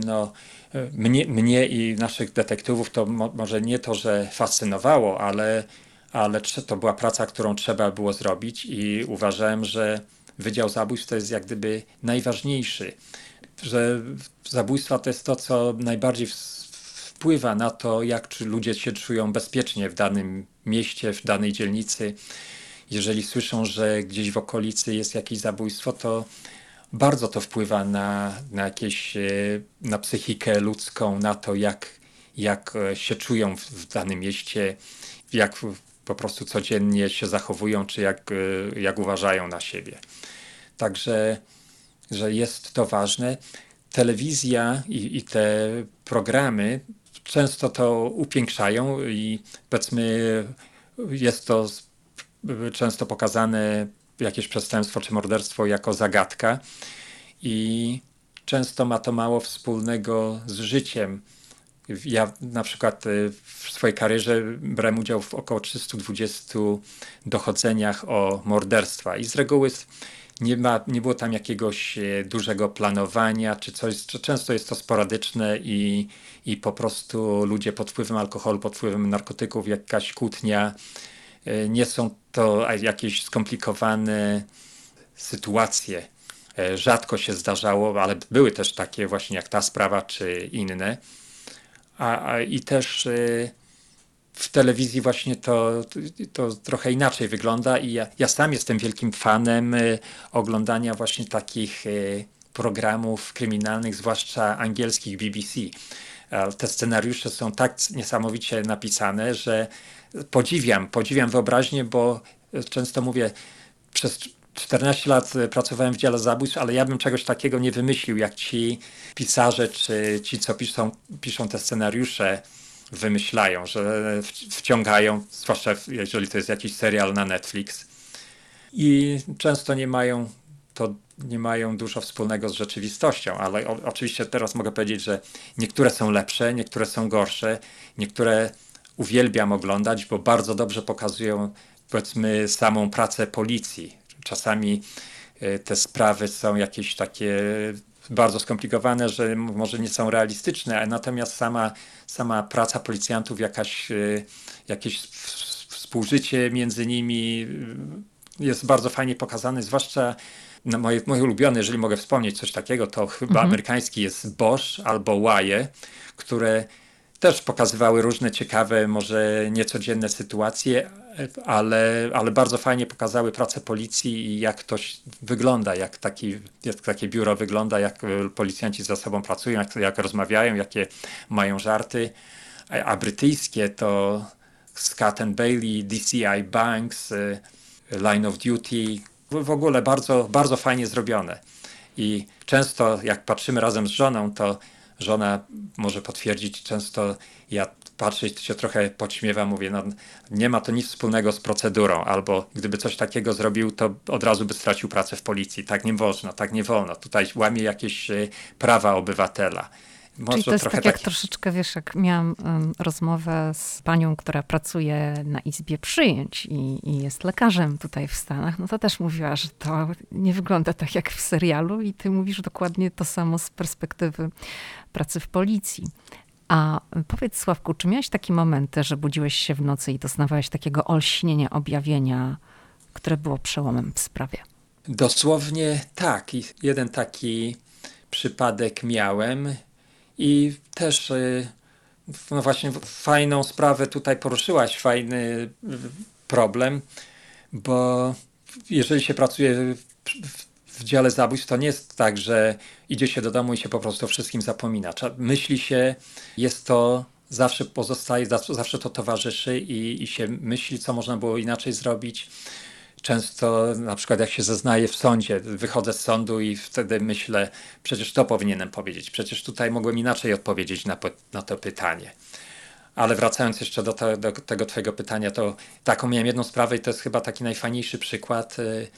mnie i naszych detektywów to może nie to, że fascynowało, ale to była praca, którą trzeba było zrobić i uważałem, że Wydział Zabójstw to jest jak gdyby najważniejszy, że zabójstwa to jest to, co najbardziej wpływa na to, czy ludzie się czują bezpiecznie w danym mieście, w danej dzielnicy. Jeżeli słyszą, że gdzieś w okolicy jest jakieś zabójstwo, to bardzo to wpływa na psychikę ludzką, na to, jak się czują w danym mieście, jak po prostu codziennie się zachowują, czy jak uważają na siebie. Także, że jest to ważne. Telewizja i te programy często to upiększają i powiedzmy jest to często pokazane jakieś przestępstwo czy morderstwo jako zagadka i często ma to mało wspólnego z życiem. Ja na przykład w swojej karierze brałem udział w około 320 dochodzeniach o morderstwa i z reguły nie było tam jakiegoś dużego planowania czy coś. Często jest to sporadyczne i po prostu ludzie pod wpływem alkoholu, pod wpływem narkotyków, jakaś kłótnia. Nie są to jakieś skomplikowane sytuacje. Rzadko się zdarzało, ale były też takie właśnie jak ta sprawa czy inne. I też w telewizji właśnie to trochę inaczej wygląda i ja sam jestem wielkim fanem oglądania właśnie takich programów kryminalnych, zwłaszcza angielskich BBC. Te scenariusze są tak niesamowicie napisane, że podziwiam wyobraźnię, bo często mówię, przez 14 lat pracowałem w dziale zabójstw, ale ja bym czegoś takiego nie wymyślił, jak ci pisarze, czy ci, co piszą te scenariusze, wymyślają, że wciągają, zwłaszcza jeżeli to jest jakiś serial na Netflix. I często nie mają to nie mają dużo wspólnego z rzeczywistością, ale oczywiście teraz mogę powiedzieć, że niektóre są lepsze, niektóre są gorsze, niektóre uwielbiam oglądać, bo bardzo dobrze pokazują, powiedzmy, samą pracę policji. Czasami te sprawy są jakieś takie bardzo skomplikowane, że może nie są realistyczne, a natomiast sama praca policjantów, jakieś współżycie między nimi jest bardzo fajnie pokazane, zwłaszcza moje ulubione, jeżeli mogę wspomnieć coś takiego, to chyba amerykański jest Bosch albo Wire, które też pokazywały różne ciekawe, może niecodzienne sytuacje, ale bardzo fajnie pokazały pracę policji i jak to wygląda, jak takie biuro wygląda, jak policjanci ze sobą pracują, jak rozmawiają, jakie mają żarty. A brytyjskie to Scott and Bailey, DCI Banks, Line of Duty, w ogóle bardzo, bardzo fajnie zrobione. I często jak patrzymy razem z żoną, to żona może potwierdzić, często ja patrzę i się trochę podśmiewam, mówię, no nie ma to nic wspólnego z procedurą, albo gdyby coś takiego zrobił, to od razu by stracił pracę w policji. Tak nie można, tak nie wolno. Tutaj łamie jakieś prawa obywatela. Może czyli to jest tak jak troszeczkę, wiesz, jak miałam rozmowę z panią, która pracuje na izbie przyjęć i jest lekarzem tutaj w Stanach, no to też mówiła, że to nie wygląda tak jak w serialu i ty mówisz dokładnie to samo z perspektywy pracy w policji. A powiedz, Sławku, czy miałeś takie momenty, że budziłeś się w nocy i doznawałeś takiego olśnienia, objawienia, które było przełomem w sprawie? Dosłownie tak. I jeden taki przypadek miałem. I też no właśnie fajną sprawę tutaj poruszyłaś, fajny problem, bo jeżeli się pracuje w dziale zabójstw, to nie jest tak, że idzie się do domu i się po prostu o wszystkim zapomina. Myśli się, jest to, zawsze pozostaje, zawsze to towarzyszy i się myśli, co można było inaczej zrobić. Często na przykład jak się zeznaję w sądzie, wychodzę z sądu i wtedy myślę, przecież to powinienem powiedzieć, przecież tutaj mogłem inaczej odpowiedzieć na to pytanie. Ale wracając jeszcze do tego twojego pytania, to taką miałem jedną sprawę i to jest chyba taki najfajniejszy przykład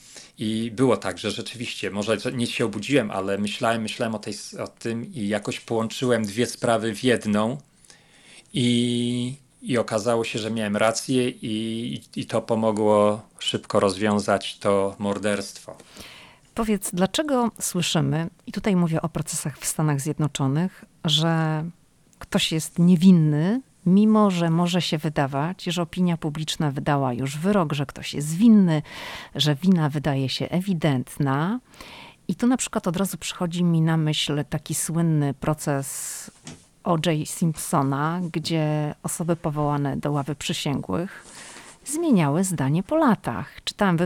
i było tak, że rzeczywiście, może nie się obudziłem, ale myślałem o tym i jakoś połączyłem dwie sprawy w jedną i okazało się, że miałem rację i to pomogło szybko rozwiązać to morderstwo. Powiedz, dlaczego słyszymy, i tutaj mówię o procesach w Stanach Zjednoczonych, że ktoś jest niewinny, mimo że może się wydawać, że opinia publiczna wydała już wyrok, że ktoś jest winny, że wina wydaje się ewidentna. I tu na przykład od razu przychodzi mi na myśl taki słynny proces O.J. Simpsona, gdzie osoby powołane do ławy przysięgłych zmieniały zdanie po latach. Czytałam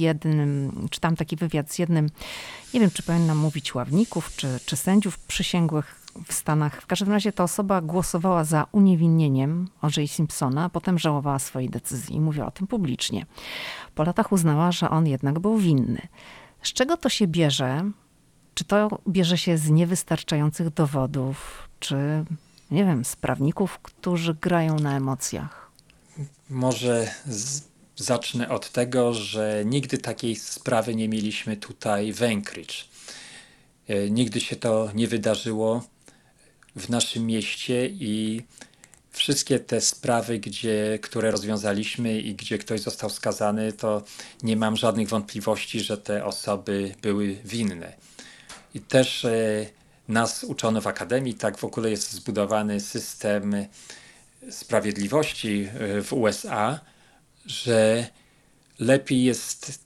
taki wywiad z jednym, nie wiem, czy powinnam mówić ławników, czy sędziów przysięgłych w Stanach. W każdym razie ta osoba głosowała za uniewinnieniem O.J. Simpsona, a potem żałowała swojej decyzji i mówiła o tym publicznie. Po latach uznała, że on jednak był winny. Z czego to się bierze? Czy to bierze się z niewystarczających dowodów, czy, nie wiem, z prawników, którzy grają na emocjach? Może zacznę od tego, że nigdy takiej sprawy nie mieliśmy tutaj w Anchorage. Nigdy się to nie wydarzyło w naszym mieście i wszystkie te sprawy, które rozwiązaliśmy i gdzie ktoś został skazany, to nie mam żadnych wątpliwości, że te osoby były winne. I też nas uczono w akademii, tak w ogóle jest zbudowany system sprawiedliwości w USA, że lepiej jest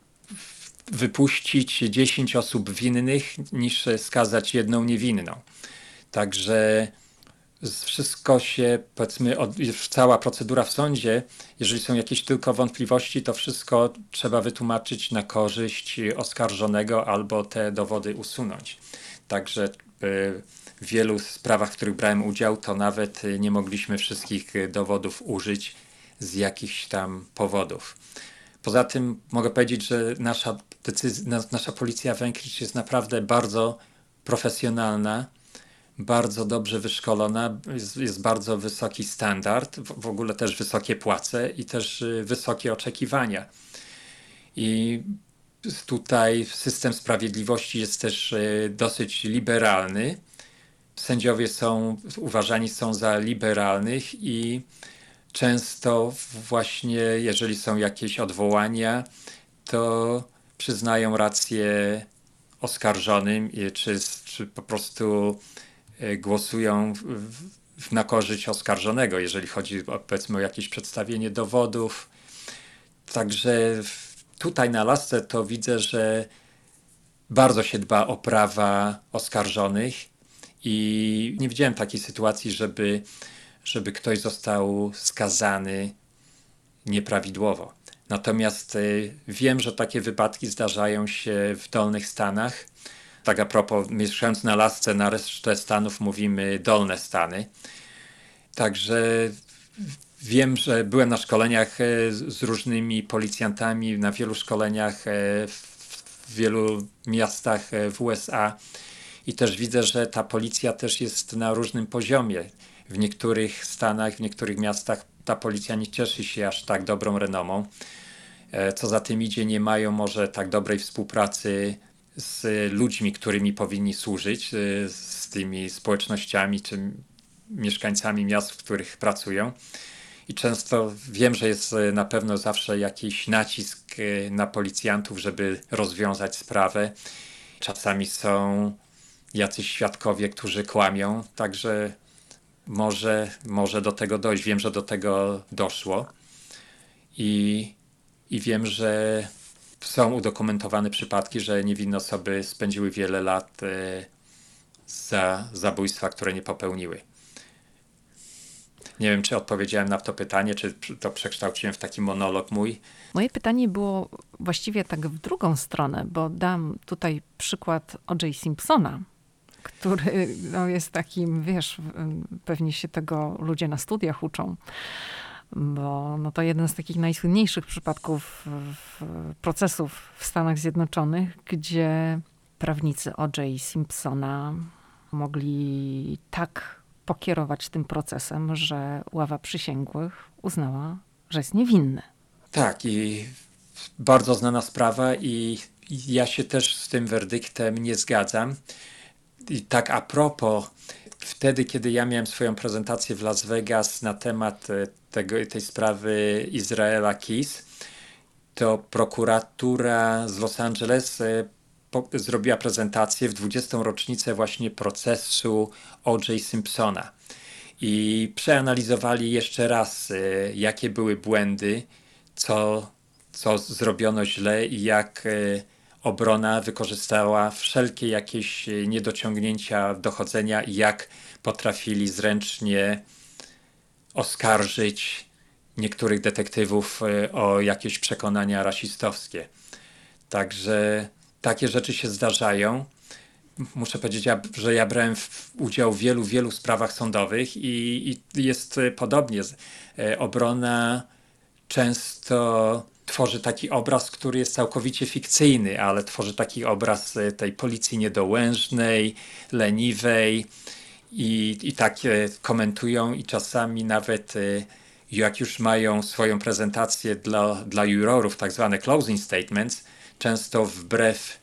wypuścić 10 osób winnych niż skazać jedną niewinną. Także wszystko się, powiedzmy, cała procedura w sądzie, jeżeli są jakieś tylko wątpliwości, to wszystko trzeba wytłumaczyć na korzyść oskarżonego albo te dowody usunąć. Także w wielu sprawach, w których brałem udział, to nawet nie mogliśmy wszystkich dowodów użyć z jakichś tam powodów. Poza tym mogę powiedzieć, że nasza policja w Anchorage jest naprawdę bardzo profesjonalna, bardzo dobrze wyszkolona, jest bardzo wysoki standard, w ogóle też wysokie płace i też wysokie oczekiwania. I Tutaj system sprawiedliwości jest też dosyć liberalny. Sędziowie uważani są za liberalnych i często właśnie, jeżeli są jakieś odwołania, to przyznają rację oskarżonym, czy po prostu głosują na korzyść oskarżonego, jeżeli chodzi powiedzmy o jakieś przedstawienie dowodów. Także tutaj na lasce to widzę, że bardzo się dba o prawa oskarżonych i nie widziałem takiej sytuacji, żeby ktoś został skazany nieprawidłowo. Natomiast wiem, że takie wypadki zdarzają się w dolnych Stanach. Tak a propos, mieszkając na lasce, na resztę Stanów mówimy dolne Stany. Także wiem, że byłem na szkoleniach z różnymi policjantami, na wielu szkoleniach w wielu miastach w USA i też widzę, że ta policja też jest na różnym poziomie. W niektórych stanach, w niektórych miastach ta policja nie cieszy się aż tak dobrą renomą. Co za tym idzie, nie mają może tak dobrej współpracy z ludźmi, którymi powinni służyć, z tymi społecznościami czy mieszkańcami miast, w których pracują. I często wiem, że jest na pewno zawsze jakiś nacisk na policjantów, żeby rozwiązać sprawę. Czasami są jacyś świadkowie, którzy kłamią, także może do tego dojść. Wiem, że do tego doszło i wiem, że są udokumentowane przypadki, że niewinne osoby spędziły wiele lat za zabójstwa, które nie popełniły. Nie wiem, czy odpowiedziałem na to pytanie, czy to przekształciłem w taki monolog mój. Moje pytanie było właściwie tak w drugą stronę, bo dam tutaj przykład O.J. Simpsona, który jest takim, wiesz, pewnie się tego ludzie na studiach uczą, bo to jeden z takich najsłynniejszych przypadków procesów w Stanach Zjednoczonych, gdzie prawnicy O.J. Simpsona mogli tak pokierować tym procesem, że ława przysięgłych uznała, że jest niewinny. Tak, i bardzo znana sprawa i ja się też z tym werdyktem nie zgadzam. I tak a propos, wtedy, kiedy ja miałem swoją prezentację w Las Vegas na temat tej sprawy Israela Keys, to prokuratura z Los Angeles zrobiła prezentację w 20. rocznicę właśnie procesu O.J. Simpsona. I przeanalizowali jeszcze raz, jakie były błędy, co zrobiono źle i jak obrona wykorzystała wszelkie jakieś niedociągnięcia dochodzenia i jak potrafili zręcznie oskarżyć niektórych detektywów o jakieś przekonania rasistowskie. Także takie rzeczy się zdarzają. Muszę powiedzieć, że ja brałem udział w wielu sprawach sądowych i jest podobnie. Obrona często tworzy taki obraz, który jest całkowicie fikcyjny, ale tworzy taki obraz tej policji niedołężnej, leniwej i tak komentują i czasami nawet jak już mają swoją prezentację dla jurorów, tak zwane closing statements, często wbrew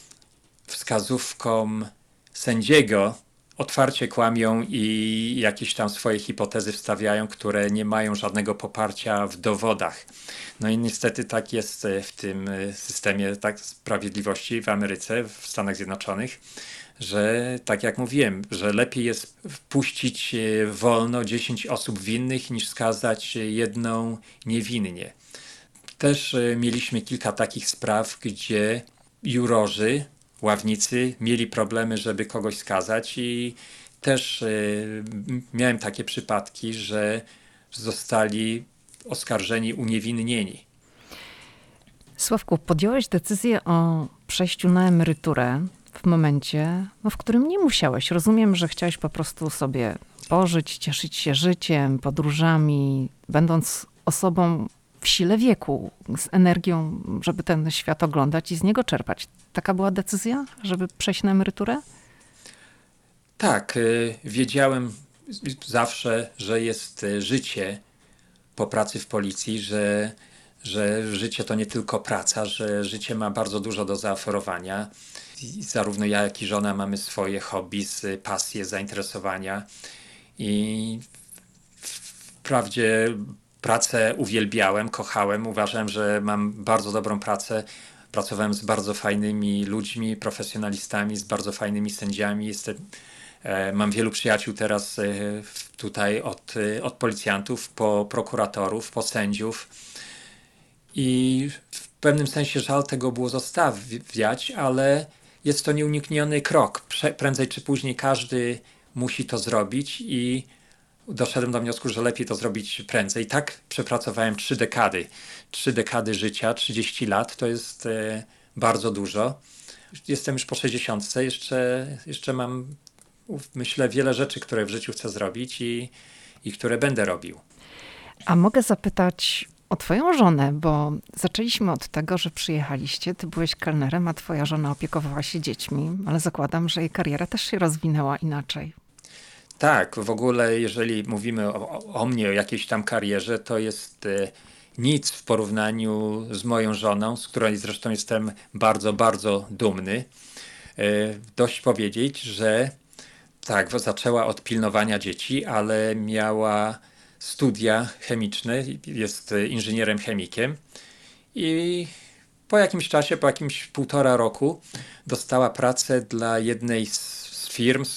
wskazówkom sędziego otwarcie kłamią i jakieś tam swoje hipotezy wstawiają, które nie mają żadnego poparcia w dowodach. No i niestety tak jest w tym systemie sprawiedliwości w Ameryce, w Stanach Zjednoczonych, że tak jak mówiłem, że lepiej jest wpuścić wolno 10 osób winnych niż skazać jedną niewinnie. Też mieliśmy kilka takich spraw, gdzie jurorzy, ławnicy mieli problemy, żeby kogoś skazać i też miałem takie przypadki, że zostali oskarżeni uniewinnieni. Sławku, podjąłeś decyzję o przejściu na emeryturę w momencie, w którym nie musiałeś. Rozumiem, że chciałeś po prostu sobie pożyć, cieszyć się życiem, podróżami, będąc osobą w sile wieku, z energią, żeby ten świat oglądać i z niego czerpać. Taka była decyzja, żeby przejść na emeryturę? Tak, wiedziałem zawsze, że jest życie po pracy w policji, że życie to nie tylko praca, że życie ma bardzo dużo do zaoferowania. I zarówno ja, jak i żona mamy swoje hobby, pasje, zainteresowania i wprawdzie pracę uwielbiałem, kochałem, uważałem, że mam bardzo dobrą pracę. Pracowałem z bardzo fajnymi ludźmi, profesjonalistami, z bardzo fajnymi sędziami. Mam wielu przyjaciół teraz tutaj od policjantów, po prokuratorów, po sędziów. I w pewnym sensie żal tego było zostawiać, ale jest to nieunikniony krok. Prędzej czy później każdy musi to zrobić i doszedłem do wniosku, że lepiej to zrobić prędzej. Tak przepracowałem 3 dekady. 3 dekady życia, 30 lat to jest bardzo dużo. Jestem już po 60. Jeszcze mam, myślę, wiele rzeczy, które w życiu chcę zrobić i które będę robił. A mogę zapytać o twoją żonę, bo zaczęliśmy od tego, że przyjechaliście, ty byłeś kelnerem, a twoja żona opiekowała się dziećmi, ale zakładam, że jej kariera też się rozwinęła inaczej. Tak, w ogóle jeżeli mówimy o mnie, o jakiejś tam karierze, to jest nic w porównaniu z moją żoną, z której zresztą jestem bardzo, bardzo dumny. Dość powiedzieć, że tak, zaczęła od pilnowania dzieci, ale miała studia chemiczne, jest inżynierem chemikiem i po jakimś czasie, po jakimś 1,5 roku dostała pracę dla jednej z firm,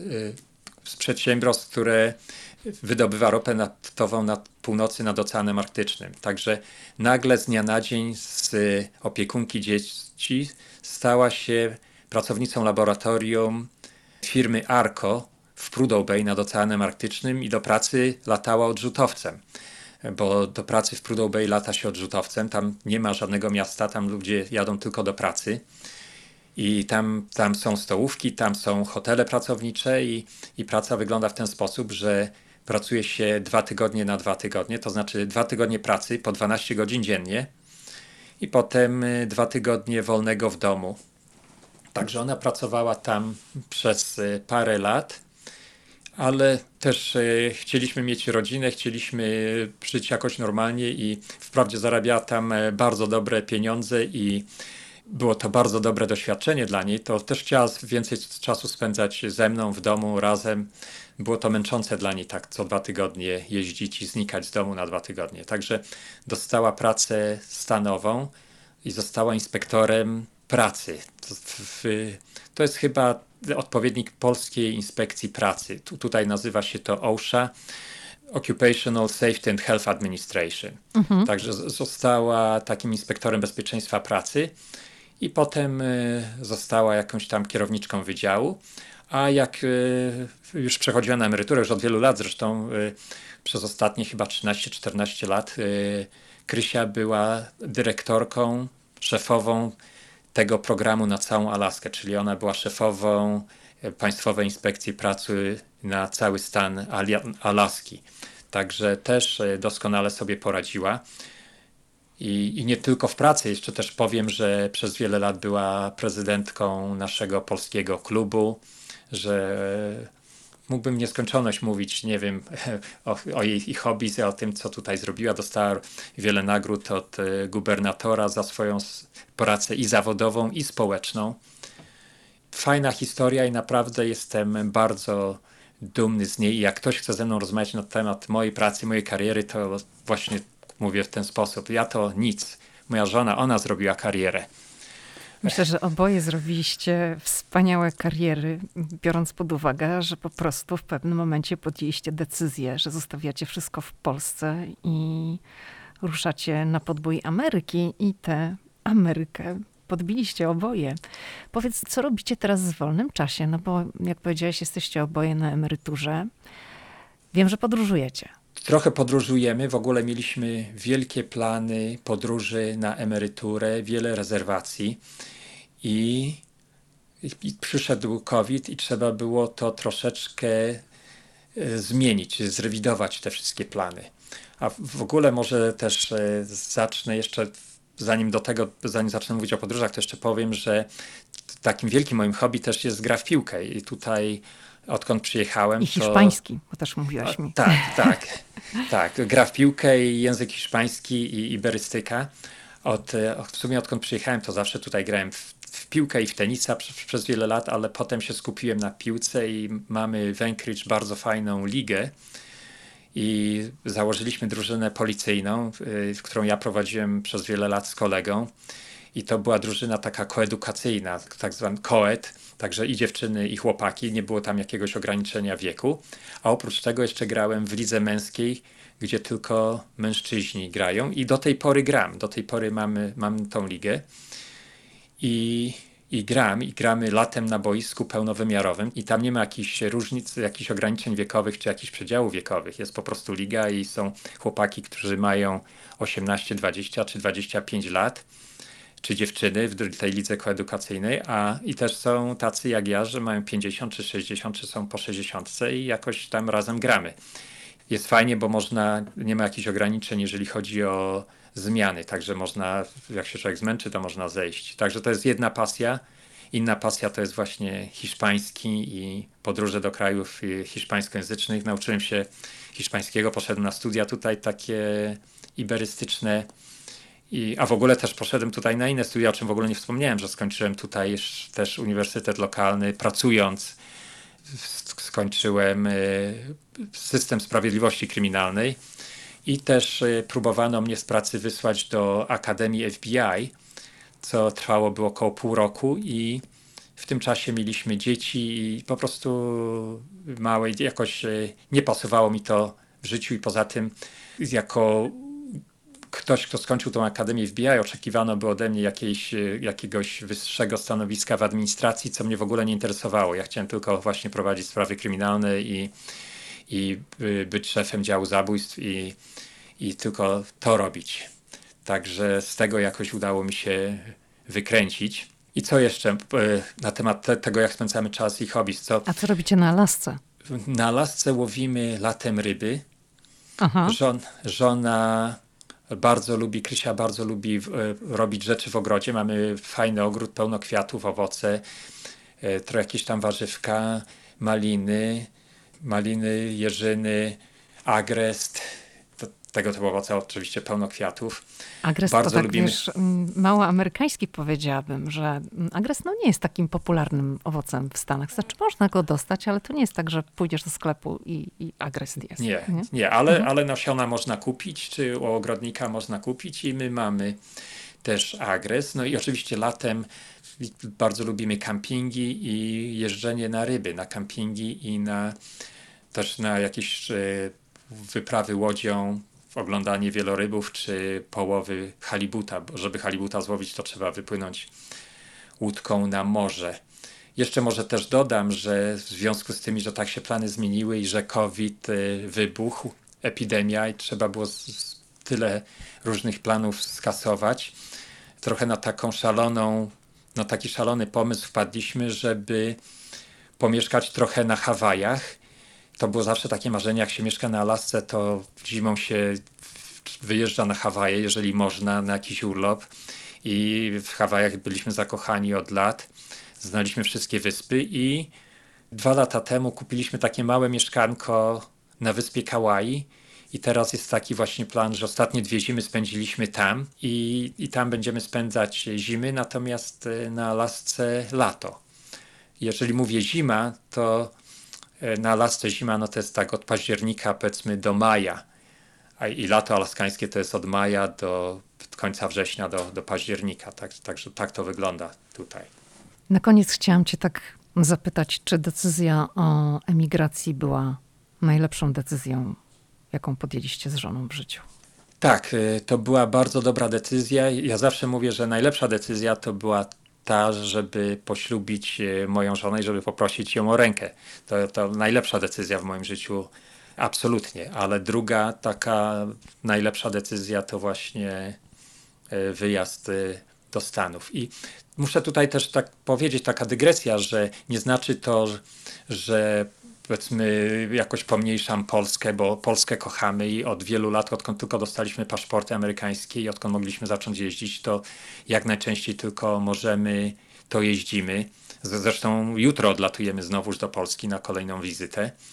z przedsiębiorstw, które wydobywa ropę naftową na północy nad Oceanem Arktycznym. Także nagle z dnia na dzień z opiekunki dzieci stała się pracownicą laboratorium firmy Arco w Prudhoe Bay nad Oceanem Arktycznym i do pracy latała odrzutowcem. Bo do pracy w Prudhoe Bay lata się odrzutowcem, tam nie ma żadnego miasta, tam ludzie jadą tylko do pracy. I tam są stołówki, tam są hotele pracownicze i praca wygląda w ten sposób, że pracuje się 2 tygodnie na 2 tygodnie, to znaczy 2 tygodnie pracy po 12 godzin dziennie i potem 2 tygodnie wolnego w domu. Także ona pracowała tam przez parę lat, ale też chcieliśmy mieć rodzinę, chcieliśmy żyć jakoś normalnie i wprawdzie zarabiała tam bardzo dobre pieniądze i było to bardzo dobre doświadczenie dla niej, to też chciała więcej czasu spędzać ze mną w domu razem. Było to męczące dla niej tak co 2 tygodnie jeździć i znikać z domu na 2 tygodnie. Także dostała pracę stanową i została inspektorem pracy. To jest chyba odpowiednik Polskiej Inspekcji Pracy. Tutaj nazywa się to OSHA, Occupational Safety and Health Administration. Także została takim inspektorem bezpieczeństwa pracy i potem została jakąś tam kierowniczką wydziału, a jak już przechodziła na emeryturę, już od wielu lat zresztą, przez ostatnie chyba 13-14 lat, Krysia była dyrektorką, szefową tego programu na całą Alaskę, czyli ona była szefową Państwowej Inspekcji Pracy na cały stan Alaski. Także też doskonale sobie poradziła. I nie tylko w pracy, jeszcze też powiem, że przez wiele lat była prezydentką naszego polskiego klubu, że mógłbym nieskończoność mówić, nie wiem, o jej hobby, o tym, co tutaj zrobiła. Dostała wiele nagród od gubernatora za swoją pracę i zawodową, i społeczną. Fajna historia i naprawdę jestem bardzo dumny z niej. I jak ktoś chce ze mną rozmawiać na temat mojej pracy, mojej kariery, to właśnie mówię w ten sposób. Ja to nic. Moja żona, ona zrobiła karierę. Myślę, że oboje zrobiliście wspaniałe kariery, biorąc pod uwagę, że po prostu w pewnym momencie podjęliście decyzję, że zostawiacie wszystko w Polsce i ruszacie na podbój Ameryki i tę Amerykę podbiliście oboje. Powiedz, co robicie teraz w wolnym czasie? No bo jak powiedziałeś, jesteście oboje na emeryturze. Wiem, że podróżujecie. Trochę podróżujemy, w ogóle mieliśmy wielkie plany podróży na emeryturę, wiele rezerwacji i przyszedł COVID i trzeba było to troszeczkę zmienić, zrewidować te wszystkie plany. A w ogóle może też zacznę jeszcze, zanim zacznę mówić o podróżach, to jeszcze powiem, że takim wielkim moim hobby też jest gra w piłkę i tutaj odkąd przyjechałem. I hiszpański, bo też mówiłaś mi. Tak, tak. Tak, gra w piłkę i język hiszpański i iberystyka. W sumie odkąd przyjechałem, to zawsze tutaj grałem w piłkę i w tenisa przez wiele lat, ale potem się skupiłem na piłce i mamy w Anchorage bardzo fajną ligę i założyliśmy drużynę policyjną, którą ja prowadziłem przez wiele lat z kolegą. I to była drużyna taka koedukacyjna, tak zwany koed, także i dziewczyny, i chłopaki, nie było tam jakiegoś ograniczenia wieku. A oprócz tego jeszcze grałem w lidze męskiej, gdzie tylko mężczyźni grają i do tej pory gram. Do tej pory mamy tą ligę i gramy latem na boisku pełnowymiarowym i tam nie ma jakichś różnic, jakichś ograniczeń wiekowych czy jakichś przedziałów wiekowych. Jest po prostu liga i są chłopaki, którzy mają 18, 20 czy 25 lat czy dziewczyny w tej lidze koedukacyjnej, i też są tacy jak ja, że mają 50 czy 60, czy są po 60 i jakoś tam razem gramy. Jest fajnie, bo nie ma jakichś ograniczeń, jeżeli chodzi o zmiany, także można, jak się człowiek zmęczy, to można zejść. Także to jest jedna pasja. Inna pasja to jest właśnie hiszpański i podróże do krajów hiszpańskojęzycznych. Nauczyłem się hiszpańskiego, poszedłem na studia tutaj takie iberystyczne. A w ogóle też poszedłem tutaj na inne studia, o czym w ogóle nie wspomniałem, że skończyłem tutaj też uniwersytet lokalny, pracując. Skończyłem system sprawiedliwości kryminalnej i też próbowano mnie z pracy wysłać do Akademii FBI, co było około pół roku i w tym czasie mieliśmy dzieci i po prostu jakoś nie pasowało mi to w życiu i poza tym jako ktoś, kto skończył tą Akademię FBI, oczekiwano by ode mnie jakiegoś wyższego stanowiska w administracji, co mnie w ogóle nie interesowało. Ja chciałem tylko właśnie prowadzić sprawy kryminalne i być szefem działu zabójstw i tylko to robić. Także z tego jakoś udało mi się wykręcić. I co jeszcze na temat tego, jak spędzamy czas i hobby? A co robicie na Alasce? Na Alasce łowimy latem ryby. Aha. Żona Krysia bardzo lubi robić rzeczy w ogrodzie. Mamy fajny ogród, pełno kwiatów, owoce, trochę jakieś tam warzywka, maliny, jeżyny, agrest. Tego typu owoce, oczywiście pełno kwiatów. Agrest bardzo to tak, lubimy. Wiesz, mało amerykański powiedziałabym, że agrest nie jest takim popularnym owocem w Stanach. Znaczy można go dostać, ale to nie jest tak, że pójdziesz do sklepu i agrest jest. Nie, ale nasiona można kupić, czy u ogrodnika można kupić i my mamy też agrest. No i oczywiście latem bardzo lubimy kampingi i jeżdżenie na ryby, na kampingi i też na jakieś wyprawy łodzią, oglądanie wielorybów czy połowy halibuta, bo żeby halibuta złowić, to trzeba wypłynąć łódką na morze. Jeszcze może też dodam, że w związku z tym, że tak się plany zmieniły i że COVID wybuchł, epidemia i trzeba było tyle różnych planów skasować, trochę na taki szalony pomysł wpadliśmy, żeby pomieszkać trochę na Hawajach. To było zawsze takie marzenie, jak się mieszka na Alasce, to zimą się wyjeżdża na Hawaje, jeżeli można, na jakiś urlop. I w Hawajach byliśmy zakochani od lat. Znaliśmy wszystkie wyspy i 2 lata temu kupiliśmy takie małe mieszkanko na wyspie Kauai. I teraz jest taki właśnie plan, że ostatnie 2 zimy spędziliśmy tam i tam będziemy spędzać zimy, natomiast na Alasce lato. Jeżeli mówię zima, to na Alasce zima to jest tak od października powiedzmy do maja, i lato alaskańskie to jest od maja do końca września do października. Także tak to wygląda tutaj. Na koniec chciałam cię tak zapytać, czy decyzja o emigracji była najlepszą decyzją, jaką podjęliście z żoną w życiu? Tak, to była bardzo dobra decyzja. Ja zawsze mówię, że najlepsza decyzja to była ta, żeby poślubić moją żonę i żeby poprosić ją o rękę. To najlepsza decyzja w moim życiu, absolutnie. Ale druga taka najlepsza decyzja to właśnie wyjazd do Stanów. I muszę tutaj też tak powiedzieć, taka dygresja, że nie znaczy to, że powiedzmy jakoś pomniejszam Polskę, bo Polskę kochamy i od wielu lat, odkąd tylko dostaliśmy paszporty amerykańskie i odkąd mogliśmy zacząć jeździć, to jak najczęściej tylko możemy, to jeździmy. Zresztą jutro odlatujemy znowuż do Polski na kolejną wizytę.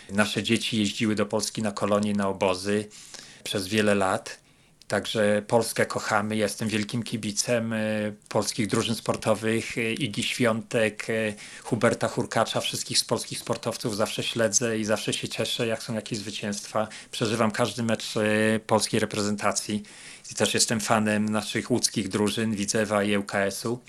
Nasze dzieci jeździły do Polski na kolonie, na obozy przez wiele lat. Także Polskę kochamy. Jestem wielkim kibicem polskich drużyn sportowych, Igi Świątek, Huberta Hurkacza, wszystkich z polskich sportowców. Zawsze śledzę i zawsze się cieszę, jak są jakieś zwycięstwa. Przeżywam każdy mecz polskiej reprezentacji. I też jestem fanem naszych łódzkich drużyn, Widzewa i ŁKS-u.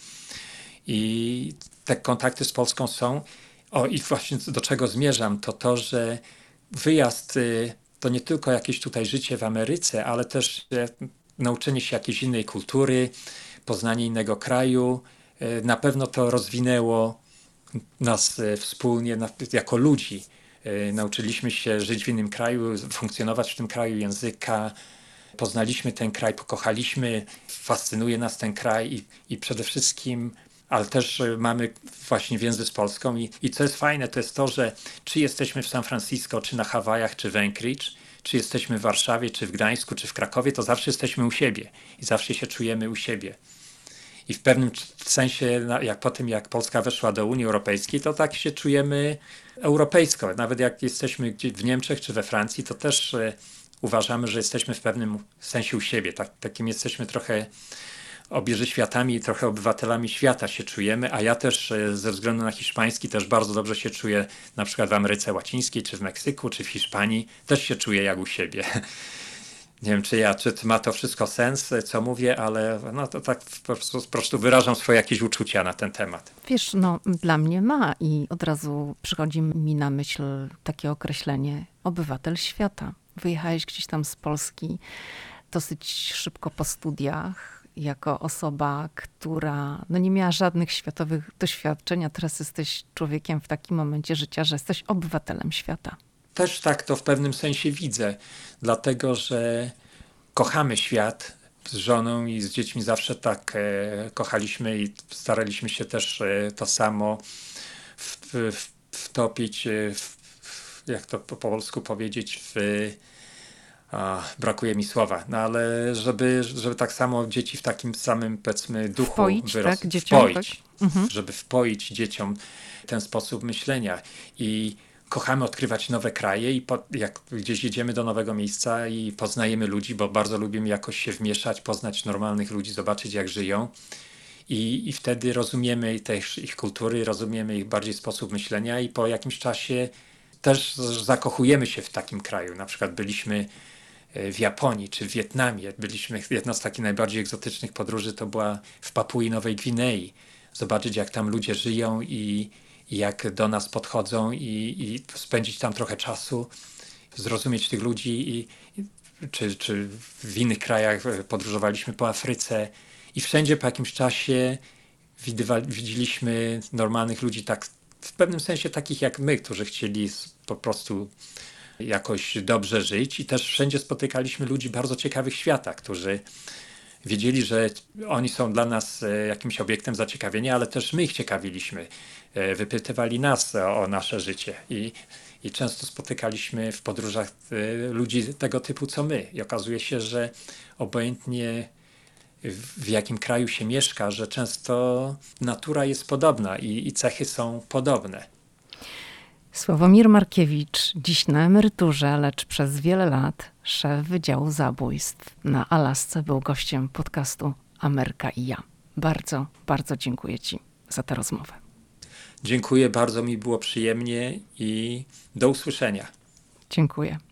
I te kontakty z Polską są. I właśnie do czego zmierzam, to, że wyjazd to nie tylko jakieś tutaj życie w Ameryce, ale też nauczenie się jakiejś innej kultury, poznanie innego kraju. Na pewno to rozwinęło nas wspólnie jako ludzi. Nauczyliśmy się żyć w innym kraju, funkcjonować w tym kraju, języka. Poznaliśmy ten kraj, pokochaliśmy, fascynuje nas ten kraj i przede wszystkim, ale też mamy właśnie więzy z Polską i co jest fajne, to jest to, że czy jesteśmy w San Francisco, czy na Hawajach, czy w Anchorage, czy jesteśmy w Warszawie, czy w Gdańsku, czy w Krakowie, to zawsze jesteśmy u siebie i zawsze się czujemy u siebie. I w pewnym sensie, jak Polska weszła do Unii Europejskiej, to tak się czujemy europejsko. Nawet jak jesteśmy gdzieś w Niemczech czy we Francji, to też uważamy, że jesteśmy w pewnym sensie u siebie. Takim jesteśmy trochę obieżyświatami i trochę obywatelami świata się czujemy, a ja też ze względu na hiszpański też bardzo dobrze się czuję na przykład w Ameryce Łacińskiej, czy w Meksyku, czy w Hiszpanii. Też się czuję jak u siebie. Nie wiem, czy ma to wszystko sens, co mówię, ale no to tak po prostu wyrażam swoje jakieś uczucia na ten temat. Wiesz, dla mnie ma i od razu przychodzi mi na myśl takie określenie obywatel świata. Wyjechałeś gdzieś tam z Polski dosyć szybko po studiach, jako osoba, która nie miała żadnych światowych doświadczeń, a teraz jesteś człowiekiem w takim momencie życia, że jesteś obywatelem świata. Też tak to w pewnym sensie widzę, dlatego że kochamy świat z żoną i z dziećmi zawsze tak kochaliśmy i staraliśmy się też to samo wtopić, jak to po polsku powiedzieć, brakuje mi słowa, ale żeby tak samo dzieci w takim samym, powiedzmy, duchu wpoić, wyrosły. Tak? Dzieciom, wpoić, tak? żeby wpoić dzieciom ten sposób myślenia. I kochamy odkrywać nowe kraje i jak gdzieś jedziemy do nowego miejsca i poznajemy ludzi, bo bardzo lubimy jakoś się wmieszać, poznać normalnych ludzi, zobaczyć jak żyją. I wtedy rozumiemy też ich kultury, rozumiemy ich bardziej sposób myślenia i po jakimś czasie też zakochujemy się w takim kraju. Na przykład byliśmy w Japonii czy w Wietnamie. Jedna z takich najbardziej egzotycznych podróży to była w Papui Nowej Gwinei. Zobaczyć jak tam ludzie żyją i jak do nas podchodzą i spędzić tam trochę czasu, zrozumieć tych ludzi czy w innych krajach podróżowaliśmy po Afryce i wszędzie po jakimś czasie widzieliśmy normalnych ludzi tak w pewnym sensie takich jak my, którzy chcieli po prostu jakoś dobrze żyć i też wszędzie spotykaliśmy ludzi bardzo ciekawych świata, którzy wiedzieli, że oni są dla nas jakimś obiektem zaciekawienia, ale też my ich ciekawiliśmy. Wypytywali nas o nasze życie i często spotykaliśmy w podróżach ludzi tego typu co my. I okazuje się, że obojętnie w jakim kraju się mieszka, że często natura jest podobna i cechy są podobne. Sławomir Markiewicz, dziś na emeryturze, lecz przez wiele lat szef Wydziału Zabójstw na Alasce, był gościem podcastu Ameryka i ja. Bardzo, bardzo dziękuję Ci za tę rozmowę. Dziękuję, bardzo mi było przyjemnie i do usłyszenia. Dziękuję.